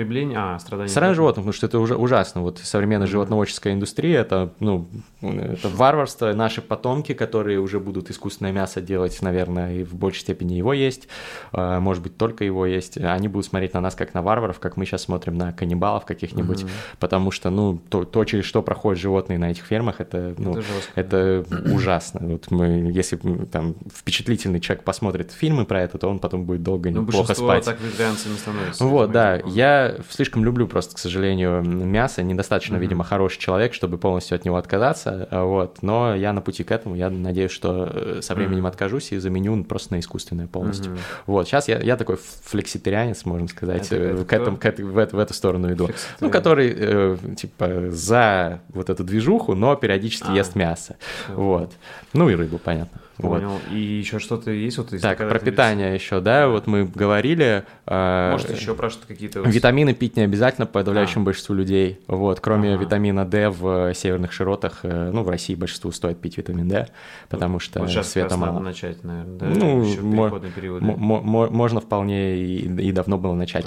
Страдания животных, потому что это уже ужасно. Вот современная животноводческая индустрия, это варварство, наши потомки, которые уже будут искусственное мясо делать, наверное, и в большей степени его есть, может быть, только его есть, они будут смотреть на нас как на варваров, как мы сейчас смотрим на каннибалов каких-нибудь, потому что, то, через что проходят животные на этих фермах, это ужасно. Вот если там впечатлительный человек посмотрит фильмы про это, то он потом будет долго неплохо спать. Так вегетарианцами становятся. Вот, да. Я слишком люблю просто, к сожалению, мясо, недостаточно, видимо, хороший человек, чтобы полностью от него отказаться, вот, но я на пути к этому, я надеюсь, что со временем откажусь и заменю просто на искусственное полностью. Вот, сейчас я такой флекситарианец, можно сказать, в эту сторону иду. Который, за вот эту движуху, но периодически ест мясо. Вот. И рыбу, понятно. Понял. Вот. И еще что-то есть? Вот, так, про питание еще, да, вот мы говорили. Может, еще про что-то какие-то... Витамины пить не обязательно подавляющему большинству людей, вот, кроме витамина D в северных широтах, в России большинству стоит пить витамин D, потому что вот света мало. Надо начать, наверное, да? Еще переходный период. Можно вполне и давно было начать. Кстати, по поводу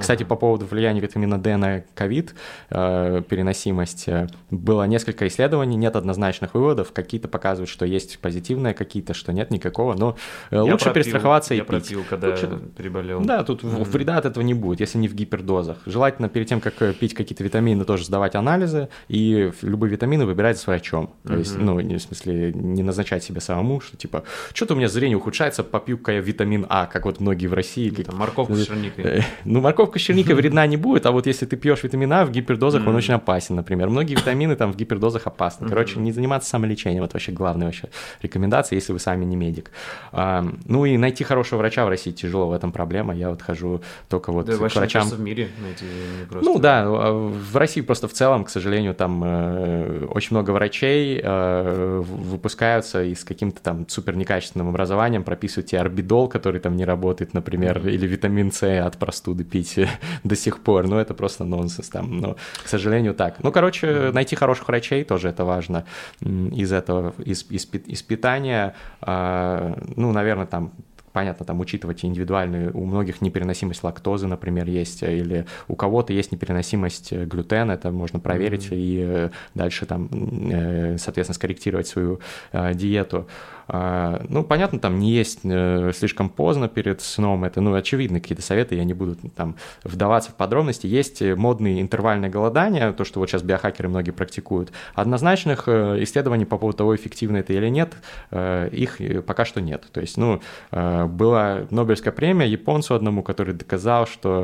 поводу влияния витамина D на ковид, переносимость, было несколько исследований, нет однозначных выводов, какие-то показывают, что есть позитивные, какие-то, что нет никакого, но лучше перестраховаться и пить. Я пропил, когда переболел. Да, тут вреда от этого не будет, если не в гипердозах. Желательно перед тем, как пить какие-то витамины, тоже сдавать анализы, и любые витамины выбирать с врачом. То есть, в смысле, не назначать себе самому, что типа, что-то у меня зрение ухудшается, попью-ка я витамин А, как вот многие в России. Морковку с черникой. Морковка с черникой вредна не будет, а вот если ты пьешь витамин А в гипердозах, он очень опасен, например. Многие витамины там в гипердозах опасны. Короче, не заниматься самолечением, это вообще главная рекомендация, если вы сами не медик. Ну и найти хорошего врача в России тяжело, в этом проблема. Я вот хожу только вот к врачам. В мире найти не просто. Ну да, в России просто в целом, к сожалению, там очень много врачей выпускаются и с каким-то там супер некачественным образованием прописывают тебе орбидол, который там не работает, например, или витамин С от простуды пить до сих пор. Ну это просто нонсенс там, но, к сожалению, так. Ну, короче, найти хороших врачей тоже это важно. Из этого, из питания, ну, наверное, там понятно, там учитывать индивидуальную, у многих непереносимость лактозы, например, есть, или у кого-то есть непереносимость глютена, это можно проверить и дальше там, соответственно, скорректировать свою диету. Ну, понятно, там не есть слишком поздно перед сном, это, ну, очевидно, какие-то советы, я не буду там вдаваться в подробности. Есть модные интервальные голодания, то, что вот сейчас биохакеры многие практикуют. Однозначных исследований по поводу того, эффективно это или нет, их пока что нет. То есть, ну, была Нобелевская премия японцу одному, который доказал, что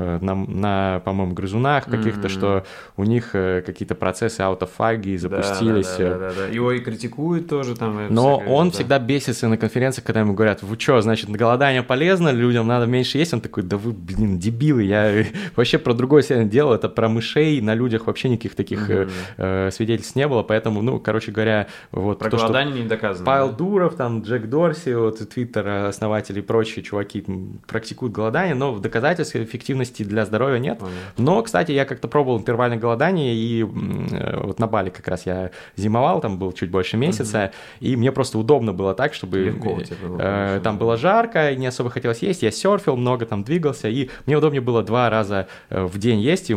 на по-моему, грызунах каких-то, что у них какие-то процессы аутофагии запустились. Да. Его и критикуют тоже там. Но он всегда бесится на конференциях, когда ему говорят, вы что, значит, голодание полезно, людям надо меньше есть? Он такой, да вы, блин, дебилы, я вообще про другое исследование делал, это про мышей, на людях вообще никаких таких свидетельств не было, поэтому, ну, короче говоря, вот про то, голодание что не доказано. Павел Дуров, там, Джек Дорси, вот, Твиттер, основатели и прочие чуваки практикуют голодание, но в доказательстве эффективности для здоровья нет. Но, кстати, я как-то пробовал интервальное голодание, и вот на Бали как раз я зимовал, там был чуть больше месяца, и мне просто удобно было так, чтобы легко было, там было жарко, не особо хотелось есть, я серфил, много там двигался, и мне удобнее было 2 раза в день есть, и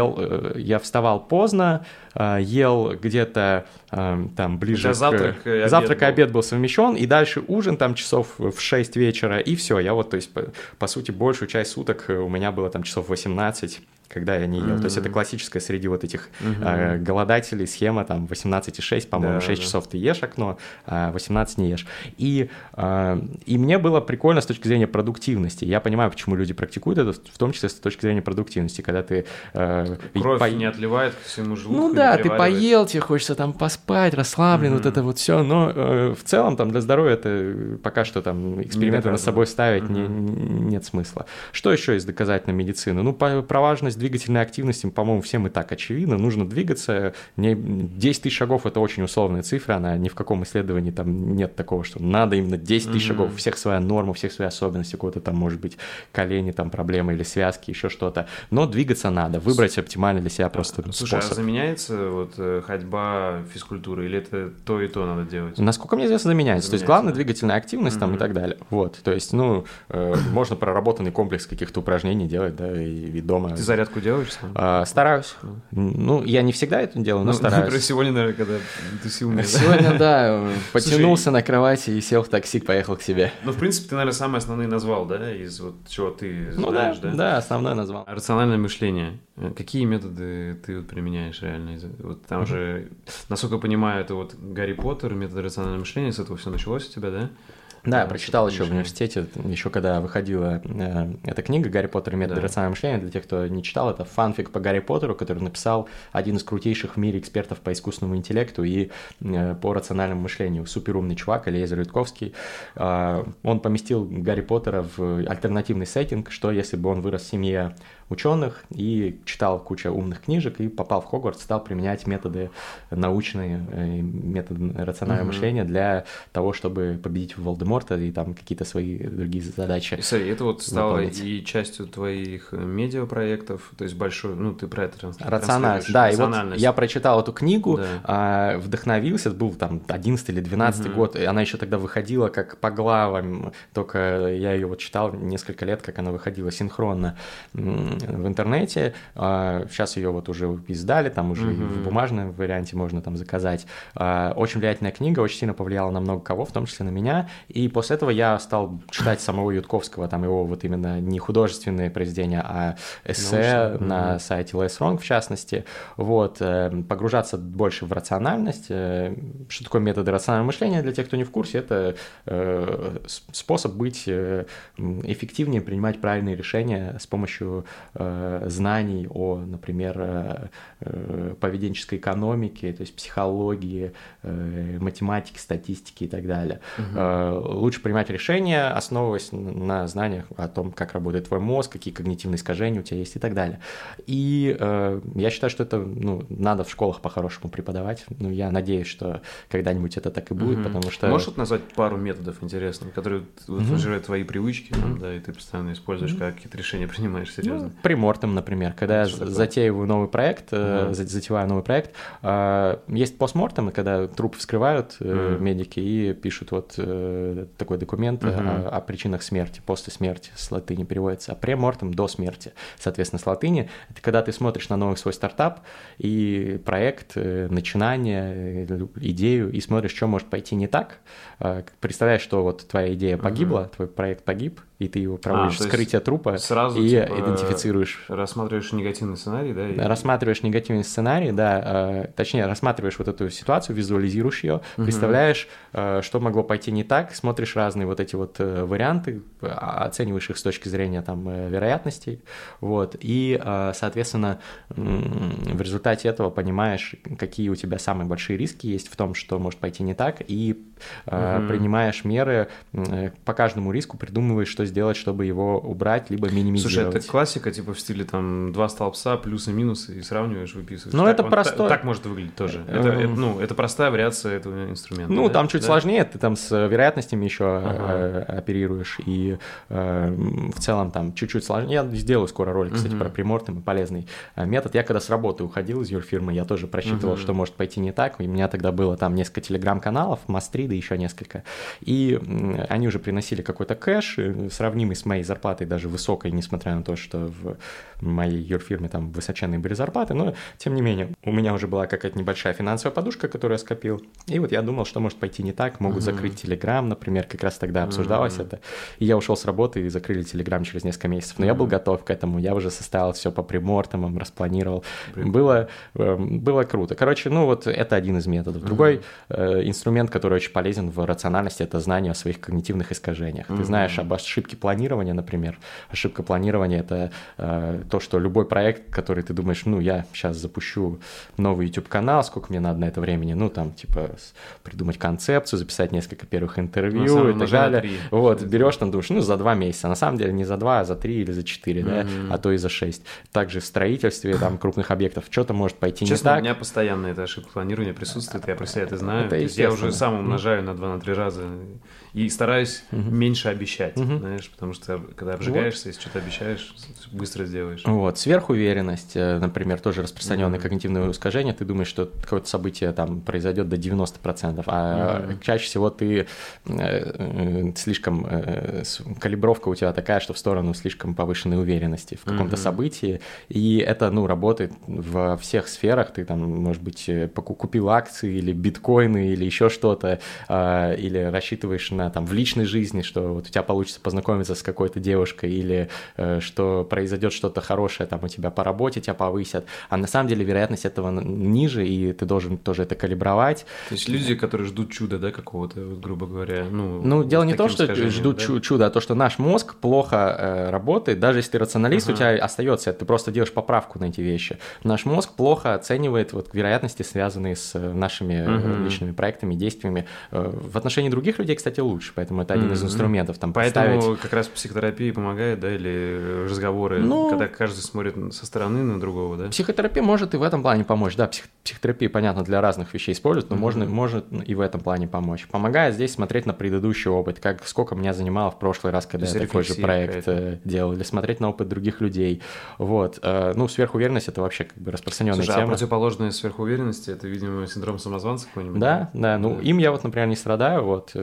я вставал поздно, ел где-то там ближе завтрак и обед был совмещен, и дальше ужин там часов в 6 вечера, и все, я вот, то есть, по сути, большую часть суток у меня было там часов 18, когда я не ел. То есть это классическая среди вот этих голодателей схема, там 18,6, по-моему, 6 часов ты ешь окно, а 18 не ешь. И мне было прикольно с точки зрения продуктивности. Я понимаю, почему люди практикуют это, в том числе с точки зрения продуктивности, когда ты... Кровь не отливает к всему желудку. Ну да, ты поел, тебе хочется там поспать, расслаблен, вот это вот все, но в целом там для здоровья это пока что там эксперименты над собой ставить нет смысла. Что еще из доказательной медицины? Ну, про важность двигательной активности, по-моему, всем и так очевидно. Нужно двигаться. 10 тысяч шагов – это очень условная цифра, она ни в каком исследовании там нет такого, что надо именно 10 тысяч шагов. У всех своя норма, у всех свои особенности, у кого-то там может быть колени, там проблемы или связки, еще что-то. Но двигаться надо, выбрать оптимальный для себя просто Слушай, способ. А заменяется вот ходьба физкультурой, или это то и то надо делать? Насколько мне известно, заменяется. То есть главное двигательная активность там и так далее. Вот, то есть, ну, можно проработанный комплекс каких-то упражнений делать, да, и дома. Ты зарядку делаешь сам? Стараюсь. Ну, я не всегда это делаю, но стараюсь. Например, сегодня, наверное, когда тусил меня. Сегодня, да, потянулся на кровати и сел в такси, поехал к себе. Ну, в принципе, ты, наверное, самые основные назвал, да, из вот чего ты знаешь, да? Да, основное назвал. Рациональное мышление. Какие методы ты вот применяешь реально? Вот там же, насколько я понимаю, это вот Гарри Поттер, методы рационального мышления, с этого все началось у тебя, да? Да, я прочитал еще в университете, еще когда выходила эта книга «Гарри Поттер и методы рационального мышления». Для тех, кто не читал, это фанфик по Гарри Поттеру, который написал один из крутейших в мире экспертов по искусственному интеллекту и по рациональному мышлению. Суперумный чувак, Элиэзер Ютковский. Он поместил Гарри Поттера в альтернативный сеттинг, что если бы он вырос в семье ученых и читал кучу умных книжек и попал в Хогвартс, стал применять методы научные, методы рационального мышления для того, чтобы победить Волдеморта, Морта и там какие-то свои другие задачи. И смотри, это вот стало и частью твоих медиапроектов, то есть большой, ну, ты про это рациональность, да, и вот я прочитал эту книгу, вдохновился, это был там 11 или 12 год, и она еще тогда выходила как по главам, только я ее вот читал несколько лет, как она выходила синхронно в интернете, сейчас ее вот уже издали, там уже в бумажном варианте можно там заказать. Очень влиятельная книга, очень сильно повлияла на много кого, в том числе на меня, и после этого я стал читать самого Ютковского, там его вот именно не художественные произведения, а эссе на сайте Less Wrong, в частности, вот, погружаться больше в рациональность. Что такое методы рационального мышления, для тех, кто не в курсе, это способ быть эффективнее, принимать правильные решения с помощью знаний о, например, поведенческой экономике, то есть психологии, математики, статистики и так далее. Лучше принимать решения, основываясь на знаниях о том, как работает твой мозг, какие когнитивные искажения у тебя есть и так далее. И я считаю, что это надо в школах по-хорошему преподавать. Я надеюсь, что когда-нибудь это так и будет, потому что... Можешь вот назвать пару методов интересных, которые формируют твои привычки, да, и ты постоянно используешь, как какие-то решения принимаешь серьезно? Премортем, например. Когда я затеиваю новый проект, затеваю новый проект, есть постмортем, когда труп вскрывают медики и пишут вот такой документ о причинах смерти, после смерти, с латыни переводится, а премортем до смерти, соответственно, с латыни. Это когда ты смотришь на новый свой стартап и проект, начинание, идею, и смотришь, что может пойти не так, представляешь, что вот твоя идея погибла, твой проект погиб, и ты его проводишь вскрытие трупа сразу, и идентифицируешь. Рассматриваешь негативный сценарий, да? Рассматриваешь негативный сценарий, да, точнее, рассматриваешь вот эту ситуацию, визуализируешь ее, представляешь, что могло пойти не так, смотришь разные вот эти вот варианты, оцениваешь их с точки зрения там вероятностей, вот, и, соответственно, в результате этого понимаешь, какие у тебя самые большие риски есть в том, что может пойти не так, и принимаешь меры, по каждому риску придумываешь, что сделать, чтобы его убрать, либо минимизировать. Слушай, это классика, типа в стиле там 2 столбца, плюсы, минусы, и сравниваешь, выписываешь. Ну, это простое. Так может выглядеть тоже. Это простая вариация этого инструмента. Ну, там чуть сложнее, ты там с вероятностями еще оперируешь, и в целом там чуть-чуть сложнее. Я сделаю скоро ролик, кстати, про премортем, полезный метод. Я когда с работы уходил из юрфирмы, я тоже просчитывал, что может пойти не так. У меня тогда было там несколько телеграм-каналов, Мастри, да еще несколько. И они уже приносили какой-то кэш, сравнимый с моей зарплатой, даже высокой, несмотря на то, что в моей юрфирме там высоченные были зарплаты, но тем не менее у меня уже была какая-то небольшая финансовая подушка, которую я скопил, и вот я думал, что может пойти не так, могут закрыть Телеграм, например, как раз тогда обсуждалось это, и я ушел с работы и закрыли Телеграм через несколько месяцев, но я был готов к этому, я уже составил все по премортам, распланировал, было круто. Короче, ну вот это один из методов. Другой инструмент, который очень полезен в рациональности, это знание о своих когнитивных искажениях. Ты знаешь об ошибке планирования, например. Ошибка планирования – это то, что любой проект, который ты думаешь, ну, я сейчас запущу новый YouTube-канал, сколько мне надо на это времени, ну, там, типа, придумать концепцию, записать несколько первых интервью и так далее. Вот, берешь там, думаешь, ну, за 2 месяца. На самом деле не за 2, а за 3 или за 4, да, а то и за 6. Также в строительстве там крупных объектов что-то может пойти не так. У меня постоянно эта ошибка планирования присутствует, я про себя это знаю. То есть я уже сам умножаю на 2-3 раза и стараюсь меньше обещать, знаешь, потому что когда обжигаешься, если что-то обещаешь, быстро сделаешь. Вот, сверхуверенность, например, тоже распространенное когнитивное искажение, ты думаешь, что какое-то событие там произойдет до 90%, а чаще всего ты слишком, калибровка у тебя такая, что в сторону слишком повышенной уверенности в каком-то событии, и это, ну, работает во всех сферах, ты там, может быть, купил акции или биткоины или еще что-то, или рассчитываешь там, в личной жизни, что вот у тебя получится познакомиться с какой-то девушкой или что произойдет что-то хорошее там у тебя по работе, тебя повысят, а на самом деле вероятность этого ниже, и ты должен тоже это калибровать. То есть люди, которые ждут чуда, да, какого-то, вот, грубо говоря, ну дело не то, что ждут чуда, а то, что наш мозг плохо работает, даже если ты рационалист, у тебя остается, ты просто делаешь поправку на эти вещи. Наш мозг плохо оценивает вот вероятности, связанные с нашими личными проектами, действиями. В отношении других людей, кстати, лучше, поэтому это один из инструментов. Там, поэтому что как раз психотерапия помогает, да, или разговоры, когда каждый смотрит со стороны на другого, да? Психотерапия может и в этом плане помочь, да, психотерапия, понятно, для разных вещей используют, но может и в этом плане помочь. Помогает здесь смотреть на предыдущий опыт, сколько меня занимало в прошлый раз, когда я такой же проект делал, или смотреть на опыт других людей, вот. Ну, сверхуверенность – это вообще как бы распространенная тема. А противоположная сверхуверенности – это, видимо, синдром самозванца какой-нибудь? Да, ну, им я вот, например, не страдаю, вот,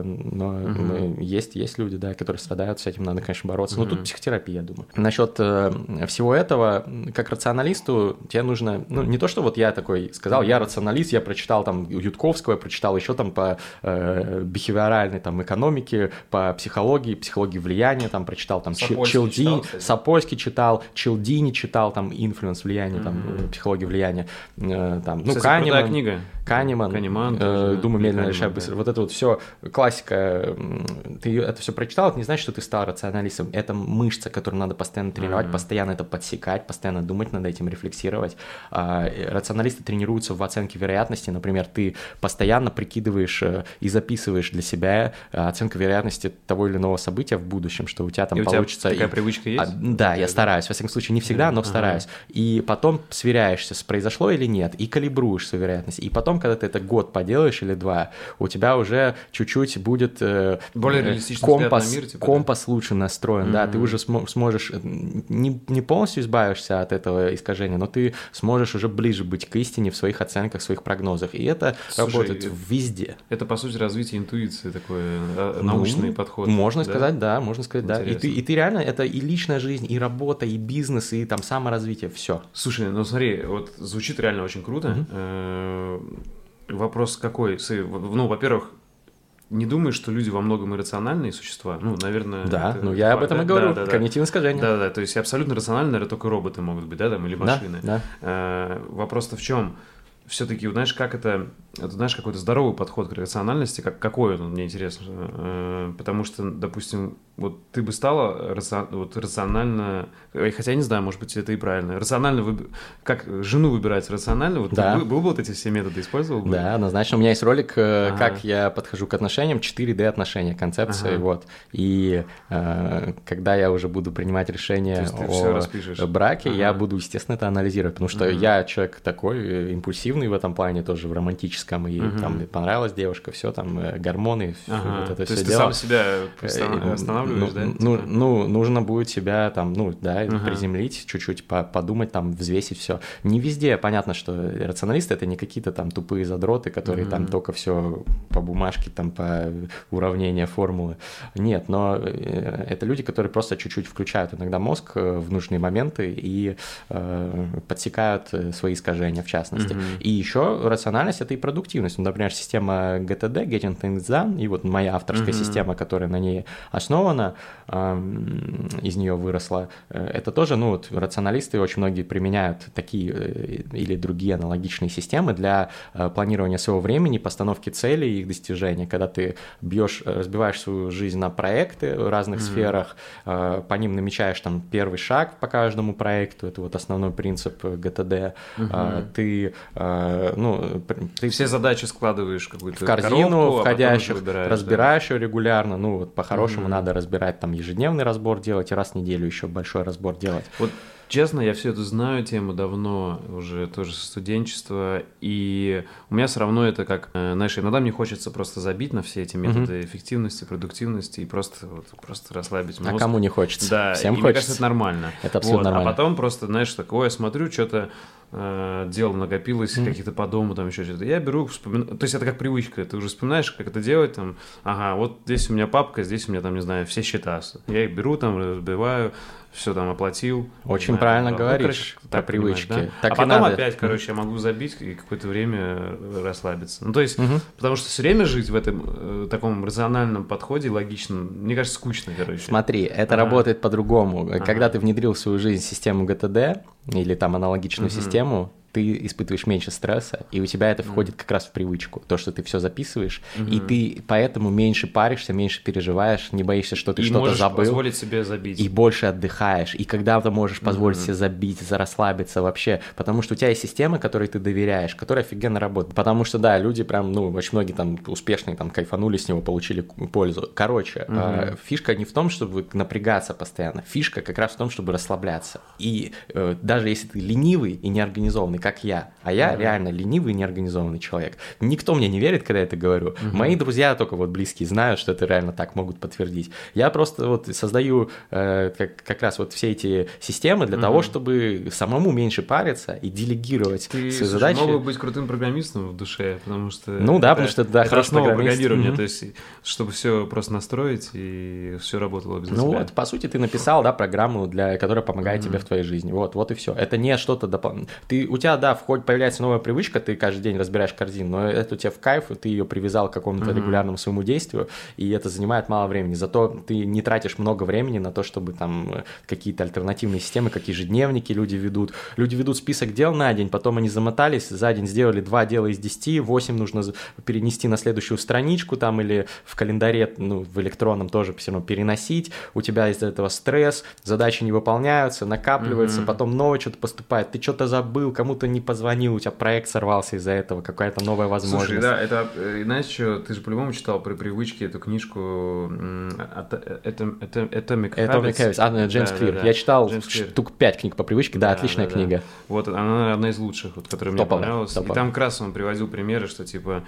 но есть люди, да, которые страдают, с этим надо, конечно, бороться. Но тут психотерапия, я думаю. Насчет всего этого, как рационалисту, тебе нужно, ну, не то, что вот я такой сказал, я рационалист, я прочитал там Ютковского, я прочитал еще там по бихевиоральной там экономике, по психологии влияния, там прочитал там Сапольский читал, Челдини читал, там инфлюенс влияния, там психология влияния, там, ну, Канеман, думаю, медленно, решай быстро. Вот это вот все классика. Ты это все прочитал, это не значит, что ты стал рационалистом. Это мышца, которую надо постоянно тренировать, постоянно это подсекать, постоянно думать над этим, рефлексировать. Рационалисты тренируются в оценке вероятности. Например, ты постоянно прикидываешь и записываешь для себя оценку вероятности того или иного события в будущем, что у тебя там получится. У тебя такая привычка есть? Да, я стараюсь. Во всяком случае, не всегда, но стараюсь. И потом сверяешься, произошло или нет, и калибруешь свою вероятность. И потом, когда ты это год поделаешь или 2, у тебя уже чуть-чуть будет более реалистичный компас, взгляд на мир, типа, компас лучше настроен, да, ты уже сможешь, не полностью избавишься от этого искажения, но ты сможешь уже ближе быть к истине в своих оценках, в своих прогнозах, и это работает везде. Это, по сути, развитие интуиции, такой научный подход. Можно сказать, да, можно сказать, да. И ты реально, это и личная жизнь, и работа, и бизнес, и там саморазвитие, все. Слушай, ну смотри, вот звучит реально очень круто. Вопрос какой? Ну, во-первых, не думаешь, что люди во многом иррациональные существа? Ну, наверное... Да, ну я об этом и говорю, когнитивное искажение. Да, то есть абсолютно рационально, наверное, только роботы могут быть, да, там, или машины. Да. Вопрос-то в чем? Все-таки, знаешь, как это знаешь, какой-то здоровый подход к рациональности, какой он, мне интересно, потому что, допустим, вот ты бы стала рационально, хотя я не знаю, может быть, это и правильно, рационально, как жену выбирать рационально, вот да. Ты был бы вот эти все методы использовал бы? Да, однозначно, у меня есть ролик, как я подхожу к отношениям, 4D отношения, концепции, вот, и когда я уже буду принимать решение о браке, я буду, естественно, это анализировать, потому что я человек такой импульсивный в этом плане, тоже в романтическом, и там понравилась девушка, все там гормоны, вот это все дело. То есть ты сам себя останавливаешь, да? Ну, нужно будет себя там, приземлить, чуть-чуть подумать, там, взвесить все. Не везде понятно, что рационалисты — это не какие-то там тупые задроты, которые там только все по бумажке, там, по уравнению формулы. Нет, но это люди, которые просто чуть-чуть включают иногда мозг в нужные моменты и подсекают свои искажения, в частности. И еще рациональность — это и продуктивность. Например, система GTD, Getting Things Done, и вот моя авторская система, которая на ней основана, из нее выросла, это тоже, рационалисты очень многие применяют такие или другие аналогичные системы для планирования своего времени, постановки целей и их достижения. Когда ты разбиваешь свою жизнь на проекты в разных сферах, по ним намечаешь там первый шаг по каждому проекту, это вот основной принцип GTD, ты все задачи складываешь какую-то в корзину коробку, входящих, разбираешь ее регулярно, по-хорошему надо разбирать, там ежедневный разбор делать и раз в неделю еще большой разбор делать. Вот честно, я всю эту знаю тему давно, уже тоже со студенчества, и у меня все равно это как, знаешь, иногда мне хочется просто забить на все эти методы эффективности, продуктивности и просто расслабить мозг. А кому не хочется? Да, всем хочется. Мне кажется, это нормально. Это абсолютно нормально. А потом просто, знаешь, такое, я смотрю, что-то дело накопилось, какие-то по дому, там еще что-то. Я беру, вспоминаю, то есть это как привычка, ты уже вспоминаешь, как это делать, там, вот здесь у меня папка, здесь у меня там, не знаю, все счета. Я их беру, там, разбиваю, все там оплатил. Очень правильно говоришь про привычки. Да? Так а потом надо. Опять, я могу забить и какое-то время расслабиться. То есть, потому что все время жить в этом таком рациональном подходе, логичном, мне кажется, скучно, Смотри, это работает по-другому. Когда ты внедрил в свою жизнь систему GTD или там аналогичную систему, ты испытываешь меньше стресса, и у тебя это входит как раз в привычку, то, что ты все записываешь, и ты поэтому меньше паришься, меньше переживаешь, не боишься, что ты что-то забыл. И можешь позволить себе забить. И больше отдыхаешь, и когда ты можешь позволить себе забить, расслабиться вообще, потому что у тебя есть система, которой ты доверяешь, которая офигенно работает. Потому что, да, люди прям, очень многие там успешные, там, кайфанули с него, получили пользу. Короче, фишка не в том, чтобы напрягаться постоянно, фишка как раз в том, чтобы расслабляться. И даже если ты ленивый и неорганизованный, как я, а я реально ленивый и неорганизованный человек, никто мне не верит, когда я это говорю. Мои друзья только вот близкие знают, что это реально так, могут подтвердить. Я просто вот создаю как раз вот все эти системы для того, чтобы самому меньше париться и делегировать свои задачи. Ты мог бы быть крутым программистом в душе, потому что... потому что, да, это основа программирования, то есть, чтобы все просто настроить и все работало без тебя. Вот, по сути, ты написал, да, программу, которая помогает тебе в твоей жизни. Вот и все. Это не что-то дополнительное. У тебя, да, появляется новая привычка, ты каждый день разбираешь корзину, но это у тебя в кайф, и ты ее привязал к какому-то регулярному своему действию, и это занимает мало времени. Зато ты не тратишь много времени на то, чтобы там какие-то альтернативные системы, как ежедневники люди ведут. Люди ведут список дел на день, потом они замотались, за день сделали 2 дела из 10, 8 нужно перенести на следующую страничку там или в календаре, в электронном тоже все равно переносить. У тебя из-за этого стресс, задачи не выполняются, накапливается, потом новое что-то поступает, ты что-то забыл, кому-то не позвонил, у тебя проект сорвался из-за этого, какая-то новая возможность. Слушай, да, это, знаешь что, ты же по-любому читал про привычки эту книжку Atomic Habits. Джеймс Клир. Я читал штук 5 книг по привычке, отличная книга. Вот она одна из лучших, которая мне понравилась. И там как раз он приводил примеры, что типа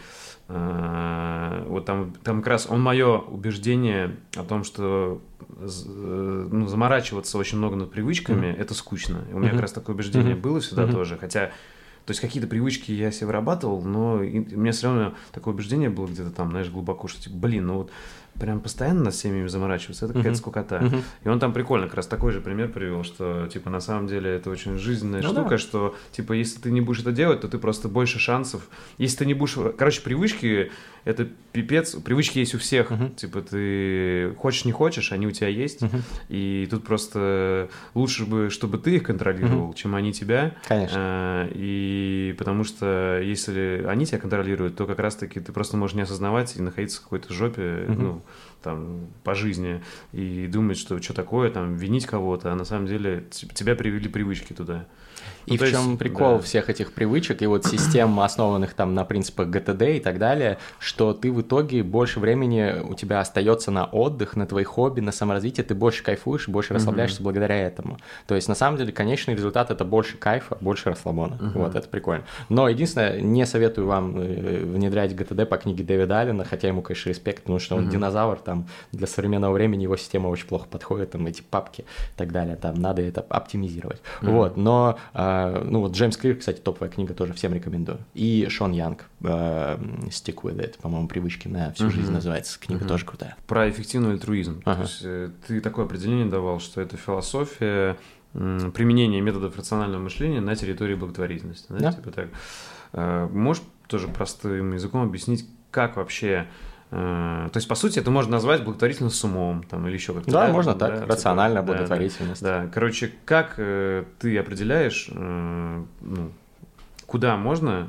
вот там как раз мое убеждение о том, что заморачиваться очень много над привычками, это скучно. У меня как раз такое убеждение было всегда тоже, хотя... То есть какие-то привычки я себе вырабатывал, но у меня все равно такое убеждение было где-то там, знаешь, глубоко, что типа, вот прям постоянно над всеми ими заморачиваться, это какая-то скукота. И он там прикольно как раз такой же пример привел, что типа на самом деле это очень жизненная штука, что типа если ты не будешь это делать, то ты просто больше шансов. Если ты не будешь... Короче, привычки — это пипец. Привычки есть у всех. Типа ты хочешь, не хочешь, они у тебя есть. И тут просто лучше бы, чтобы ты их контролировал, чем они тебя. Конечно. И потому что если они тебя контролируют, то как раз-таки ты просто можешь не осознавать и находиться в какой-то жопе, там, по жизни, и думать, что такое, там, винить кого-то, а на самом деле тебя привели привычки туда. И в чем прикол всех этих привычек и вот систем, основанных там на принципах ГТД и так далее, что ты в итоге больше времени у тебя остается на отдых, на твои хобби, на саморазвитие, ты больше кайфуешь, больше расслабляешься благодаря этому. То есть на самом деле конечный результат — это больше кайфа, больше расслабона. Вот, это прикольно. Но единственное, не советую вам внедрять ГТД по книге Дэвида Аллена, хотя ему, конечно, респект, потому что он динозавр, там для современного времени его система очень плохо подходит, там эти папки и так далее, там надо это оптимизировать. Вот, но вот Джеймс Клир, кстати, топовая книга, тоже всем рекомендую. И Шон Янг, Stick With It, по-моему, привычки на всю жизнь называется. Книга тоже крутая. Про эффективный альтруизм. То есть, ты такое определение давал, что это философия применения методов рационального мышления на территории благотворительности. Да? Типа так. Можешь тоже простым языком объяснить, как вообще... То есть, по сути, это можно назвать благотворительность с умом там, или еще как-то. Да, можно так, типа, рациональная благотворительность. Да. Короче, как ты определяешь, куда можно,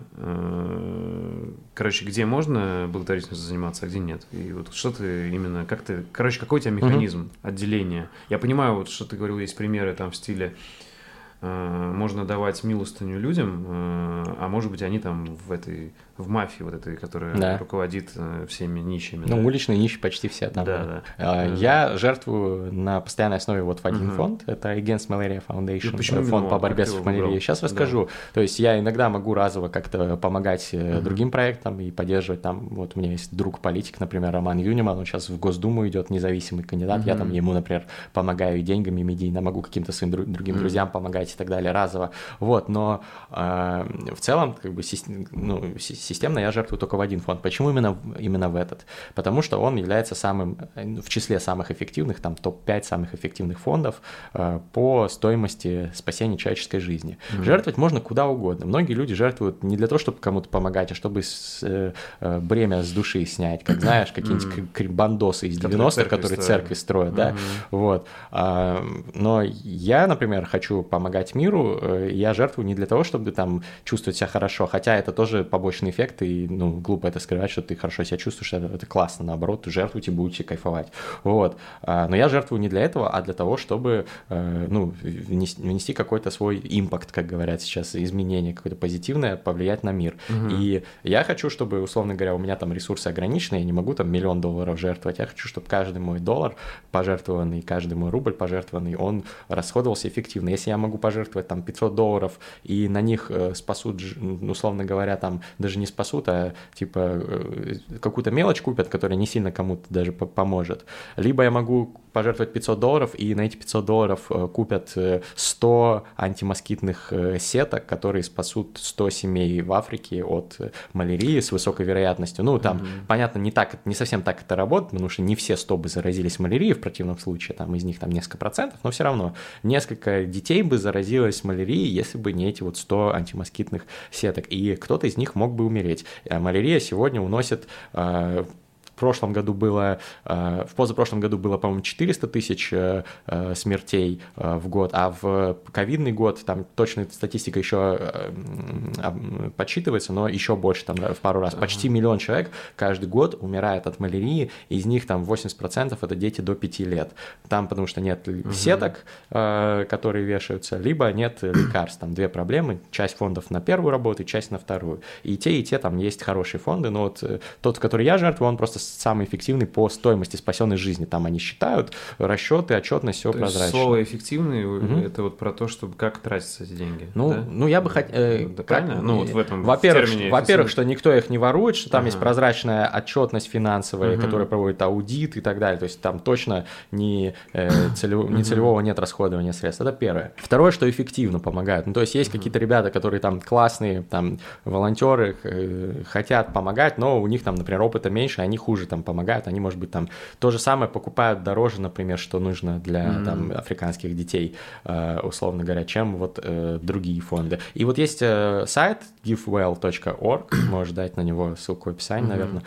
где можно благотворительностью заниматься, а где нет? И вот что ты именно, какой у тебя механизм отделения? Я понимаю, вот что ты говорил, есть примеры там в стиле можно давать милостыню людям, а может быть они там в мафии вот этой, которая руководит всеми нищими. Уличные нищие почти все там. Я жертвую на постоянной основе вот в один фонд, это Against Malaria Foundation, фонд по борьбе с малярией. Сейчас расскажу. То есть я иногда могу разово как-то помогать другим проектам и поддерживать там, вот у меня есть друг-политик, например, Роман Юниман, он сейчас в Госдуму идет, независимый кандидат, я там ему, например, помогаю и деньгами медийно, могу каким-то своим другим друзьям помогать и так далее разово. Вот, но в целом как бы системно я жертвую только в один фонд. Почему именно в этот? Потому что он является в числе самых эффективных, там топ-5 самых эффективных фондов по стоимости спасения человеческой жизни. Жертвовать можно куда угодно. Многие люди жертвуют не для того, чтобы кому-то помогать, а чтобы бремя с души снять, как знаешь, какие-нибудь бандосы из 90-х, которые церкви строят, да, вот. Но я, например, хочу помогать миру, я жертвую не для того, чтобы там чувствовать себя хорошо, хотя это тоже побочный эффект, и, глупо это скрывать, что ты хорошо себя чувствуешь, это классно, наоборот, жертвуйте, будете кайфовать, вот. Но я жертвую не для этого, а для того, чтобы, внести какой-то свой импакт, как говорят сейчас, изменение какое-то позитивное, повлиять на мир. И я хочу, чтобы, условно говоря, у меня там ресурсы ограничены, я не могу там $1 миллион жертвовать, я хочу, чтобы каждый мой доллар пожертвованный, каждый мой рубль пожертвованный, он расходовался эффективно. Если я могу пожертвовать там $500, и на них спасут, условно говоря, там даже не спасут, а типа какую-то мелочь купят, которая не сильно кому-то даже поможет. Либо я могу пожертвовать $500, и на эти $500 купят 100 антимоскитных сеток, которые спасут 100 семей в Африке от малярии с высокой вероятностью. Понятно, не совсем так это работает, потому что не все 100 бы заразились малярией в противном случае, там из них там несколько процентов, но все равно несколько детей бы заразилось малярией, если бы не эти вот 100 антимоскитных сеток, и кто-то из них мог бы умереть. Малярия сегодня уносит... В позапрошлом году было, по-моему, 400 тысяч смертей в год, а в ковидный год, там точная статистика еще подсчитывается, но еще больше, там в пару раз, почти 1 миллион человек каждый год умирает от малярии, из них там 80% это дети до 5 лет, там потому что нет сеток, которые вешаются, либо нет лекарств, там две проблемы, часть фондов на первую работает, часть на вторую, и те там есть хорошие фонды, но вот тот, в который я жертвую, он просто самый эффективный по стоимости спасенной жизни. Там они считают, расчеты, отчетность, все прозрачно. Слово «эффективный» это вот про то, чтобы как тратятся эти деньги. Я бы хотел... правильно? Вот в этом Во-первых, что никто их не ворует, что там есть прозрачная отчетность финансовая, которая проводит аудит и так далее. То есть там точно ни целевого нет расходования средств. Это первое. Второе, что эффективно помогают. То есть есть какие-то ребята, которые там классные, там волонтеры, хотят помогать, но у них там, например, опыта меньше, они хуже там помогают, они, может быть, там то же самое покупают дороже, например, что нужно для там африканских детей, условно говоря, чем вот другие фонды. И вот есть сайт givewell.org, можешь дать на него ссылку в описании, наверное,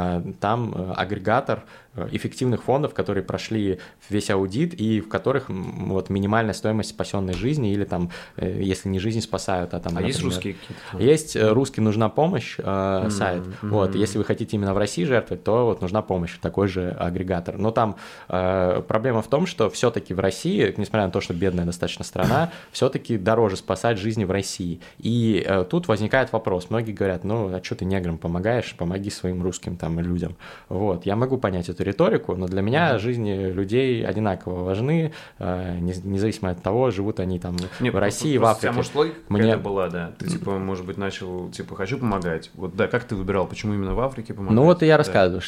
там агрегатор эффективных фондов, которые прошли весь аудит и в которых вот минимальная стоимость спасенной жизни или там, если не жизнь спасают, а там, например, есть русские какие-то? Есть «Русский нужна помощь» сайт. Вот, если вы хотите именно в России жертвовать, то вот нужна помощь, такой же агрегатор. Но там проблема в том, что все-таки в России, несмотря на то, что бедная достаточно страна, все-таки дороже спасать жизни в России. И тут возникает вопрос. Многие говорят, а что ты неграм помогаешь, помоги своим русским там людям. Вот, я могу понять эту риторику, но для меня жизни людей одинаково важны, независимо от того, живут они там в России, в Африке. Может, логика какая-то была, да? Ты, может быть, начал, хочу помогать. Вот, да, как ты выбирал, почему именно в Африке помогать? Вот и я рассказываю,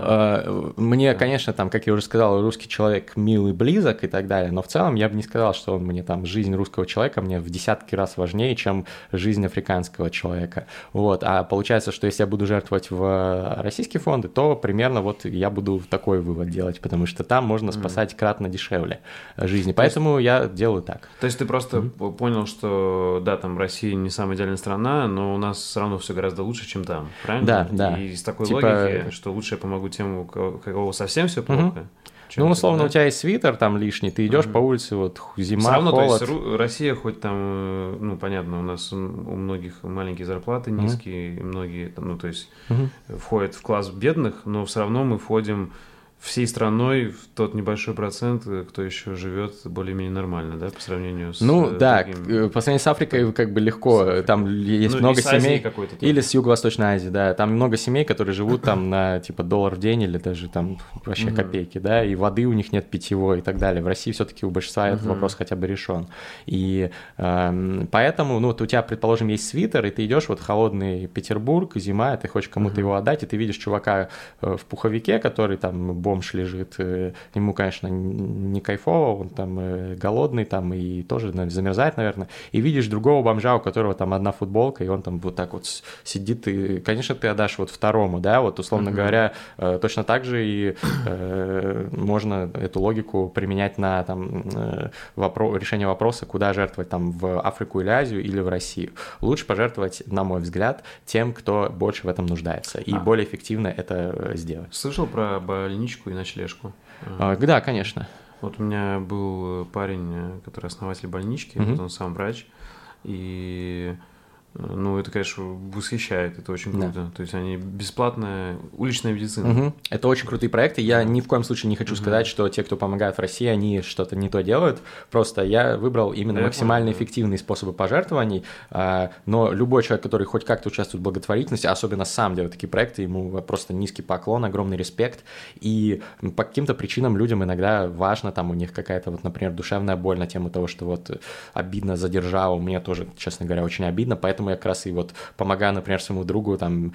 что мне, конечно, там, как я уже сказал, русский человек милый, близок и так далее, но в целом я бы не сказал, что мне там жизнь русского человека мне в десятки раз важнее, чем жизнь африканского человека. Вот, а получается, что если я буду жертвовать в российские фонды, то примерно вот я буду такой вывод делать, потому что там можно спасать кратно дешевле жизни. Поэтому я делаю так. То есть ты просто понял, что да, там Россия не самая идеальная страна, но у нас все равно все гораздо лучше, чем там, правильно? Да. И из такой логики, что лучше я помогу тем, у кого совсем все плохо. Условно, у тебя есть свитер там лишний, ты идешь по улице, вот зима, все равно, холод. То есть Россия хоть там, понятно, у нас у многих маленькие зарплаты низкие, многие там, то есть входят в класс бедных, но все равно мы входим всей страной в тот небольшой процент, кто еще живет более-менее нормально, да, по сравнению с другим... по сравнению с Африкой как бы легко, там есть много семей, или с Юго-Восточной Азии, да, там много семей, которые живут там на типа $1 в день или даже там вообще копейки, да, и воды у них нет питьевой и так далее. В России все-таки у большинства этот вопрос хотя бы решен. И поэтому, вот у тебя, предположим, есть свитер, и ты идешь вот холодный Петербург, зима, и ты хочешь кому-то его отдать, и ты видишь чувака в пуховике, который там бомж лежит, ему, конечно, не кайфово, он там голодный там и тоже замерзает, наверное, и видишь другого бомжа, у которого там одна футболка, и он там вот так вот сидит, и, конечно, ты отдашь вот второму, да, вот, условно говоря, точно так же и можно эту логику применять на там решение вопроса, куда жертвовать, там, в Африку или Азию или в Россию. Лучше пожертвовать, на мой взгляд, тем, кто больше в этом нуждается, и более эффективно это сделать. Слышал про больничку и ночлежку? Да, конечно. Вот у меня был парень, который основатель больнички, вот он сам врач, и... Ну, это, конечно, восхищает, это очень круто. Да. То есть они бесплатная уличная медицина. Это очень крутые проекты. Я ни в коем случае не хочу сказать, что те, кто помогают в России, они что-то не то делают. Просто я выбрал именно максимально эффективные способы пожертвований. Но любой человек, который хоть как-то участвует в благотворительности, особенно сам делает такие проекты, ему просто низкий поклон, огромный респект. И по каким-то причинам людям иногда важно, там у них какая-то, вот, например, душевная боль на тему того, что вот обидно за державу. Мне тоже, честно говоря, очень обидно, поэтому я как раз и вот помогаю, например, своему другу там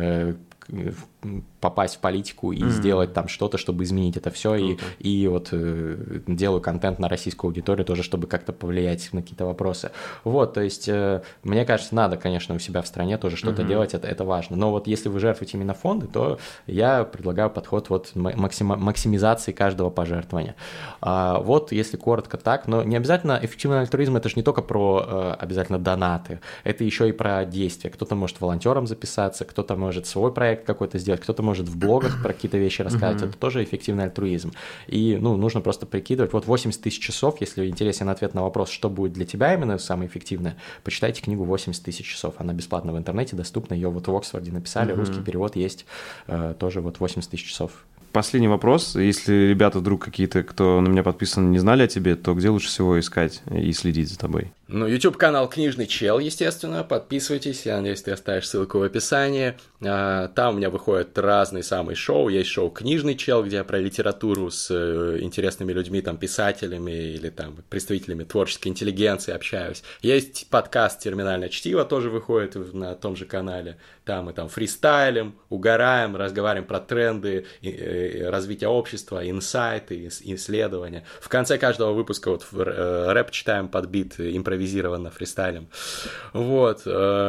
попасть в политику и сделать там что-то, чтобы изменить это все, и вот делаю контент на российскую аудиторию тоже, чтобы как-то повлиять на какие-то вопросы. Вот, то есть, мне кажется, надо, конечно, у себя в стране тоже что-то делать, это важно. Но вот если вы жертвуете именно фонды, то я предлагаю подход вот максимизации каждого пожертвования. Вот, если коротко так, но не обязательно эффективный альтруизм, это же не только про обязательно донаты, это еще и про действия. Кто-то может волонтером записаться, кто-то может свой проект какой-то сделать, кто-то может в блогах про какие-то вещи рассказать, это тоже эффективный альтруизм. И, нужно просто прикидывать, вот 80 тысяч часов, если интересен ответ на вопрос, что будет для тебя именно самое эффективное, почитайте книгу 80 тысяч часов, она бесплатна в интернете, доступна, ее вот в Оксфорде написали, русский перевод есть, тоже вот 80 тысяч часов. Последний вопрос. Если ребята вдруг какие-то, кто на меня подписан, не знали о тебе, то где лучше всего искать и следить за тобой? YouTube-канал «Книжный чел», естественно, подписывайтесь, я надеюсь, ты оставишь ссылку в описании. Там у меня выходят разные самые шоу, есть шоу «Книжный чел», где я про литературу с интересными людьми, там, писателями или там представителями творческой интеллигенции общаюсь. Есть подкаст «Терминальное чтиво», тоже выходит на том же канале. Там мы там фристайлим, угораем, разговариваем про тренды, развитие общества, инсайты, исследования. В конце каждого выпуска вот рэп читаем под бит, импровизированно, фристайлем. Вот.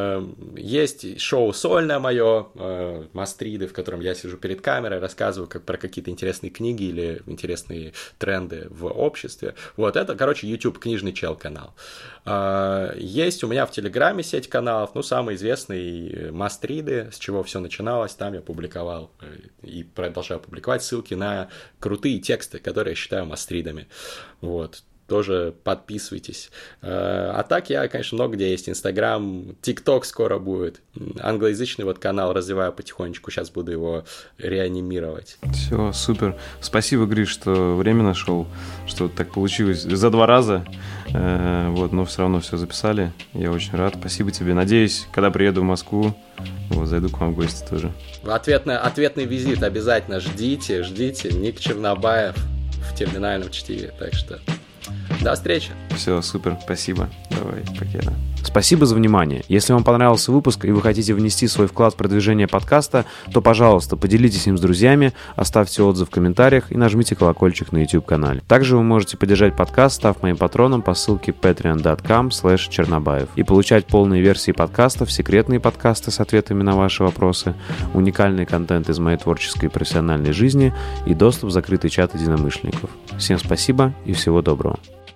Есть шоу сольное мое, Мастриды, в котором я сижу перед камерой, рассказываю про какие-то интересные книги или интересные тренды в обществе. Вот это, короче, YouTube «Книжный чел» канал. Есть у меня в Телеграме сеть каналов, самый известный Мастриды, с чего все начиналось, там я публиковал и продолжаю публиковать ссылки на крутые тексты, которые я считаю мастридами. Вот. Тоже подписывайтесь. А так я, конечно, много где есть. Инстаграм, ТикТок скоро будет. Англоязычный вот канал развиваю потихонечку. Сейчас буду его реанимировать. Все, супер. Спасибо, Гриш, что время нашел, что так получилось за 2 раза. Но все равно все записали. Я очень рад. Спасибо тебе. Надеюсь, когда приеду в Москву, зайду к вам в гости тоже. Ответный визит обязательно ждите. Ник Чернобаев в терминальном чтиве. Так что до встречи. Все, супер, спасибо. Давай, покеда. Спасибо за внимание. Если вам понравился выпуск и вы хотите внести свой вклад в продвижение подкаста, то, пожалуйста, поделитесь им с друзьями, оставьте отзыв в комментариях и нажмите колокольчик на YouTube-канале. Также вы можете поддержать подкаст, став моим патроном по ссылке patreon.com/Чернобаев и получать полные версии подкастов, секретные подкасты с ответами на ваши вопросы, уникальный контент из моей творческой и профессиональной жизни и доступ в закрытый чат единомышленников. Всем спасибо и всего доброго.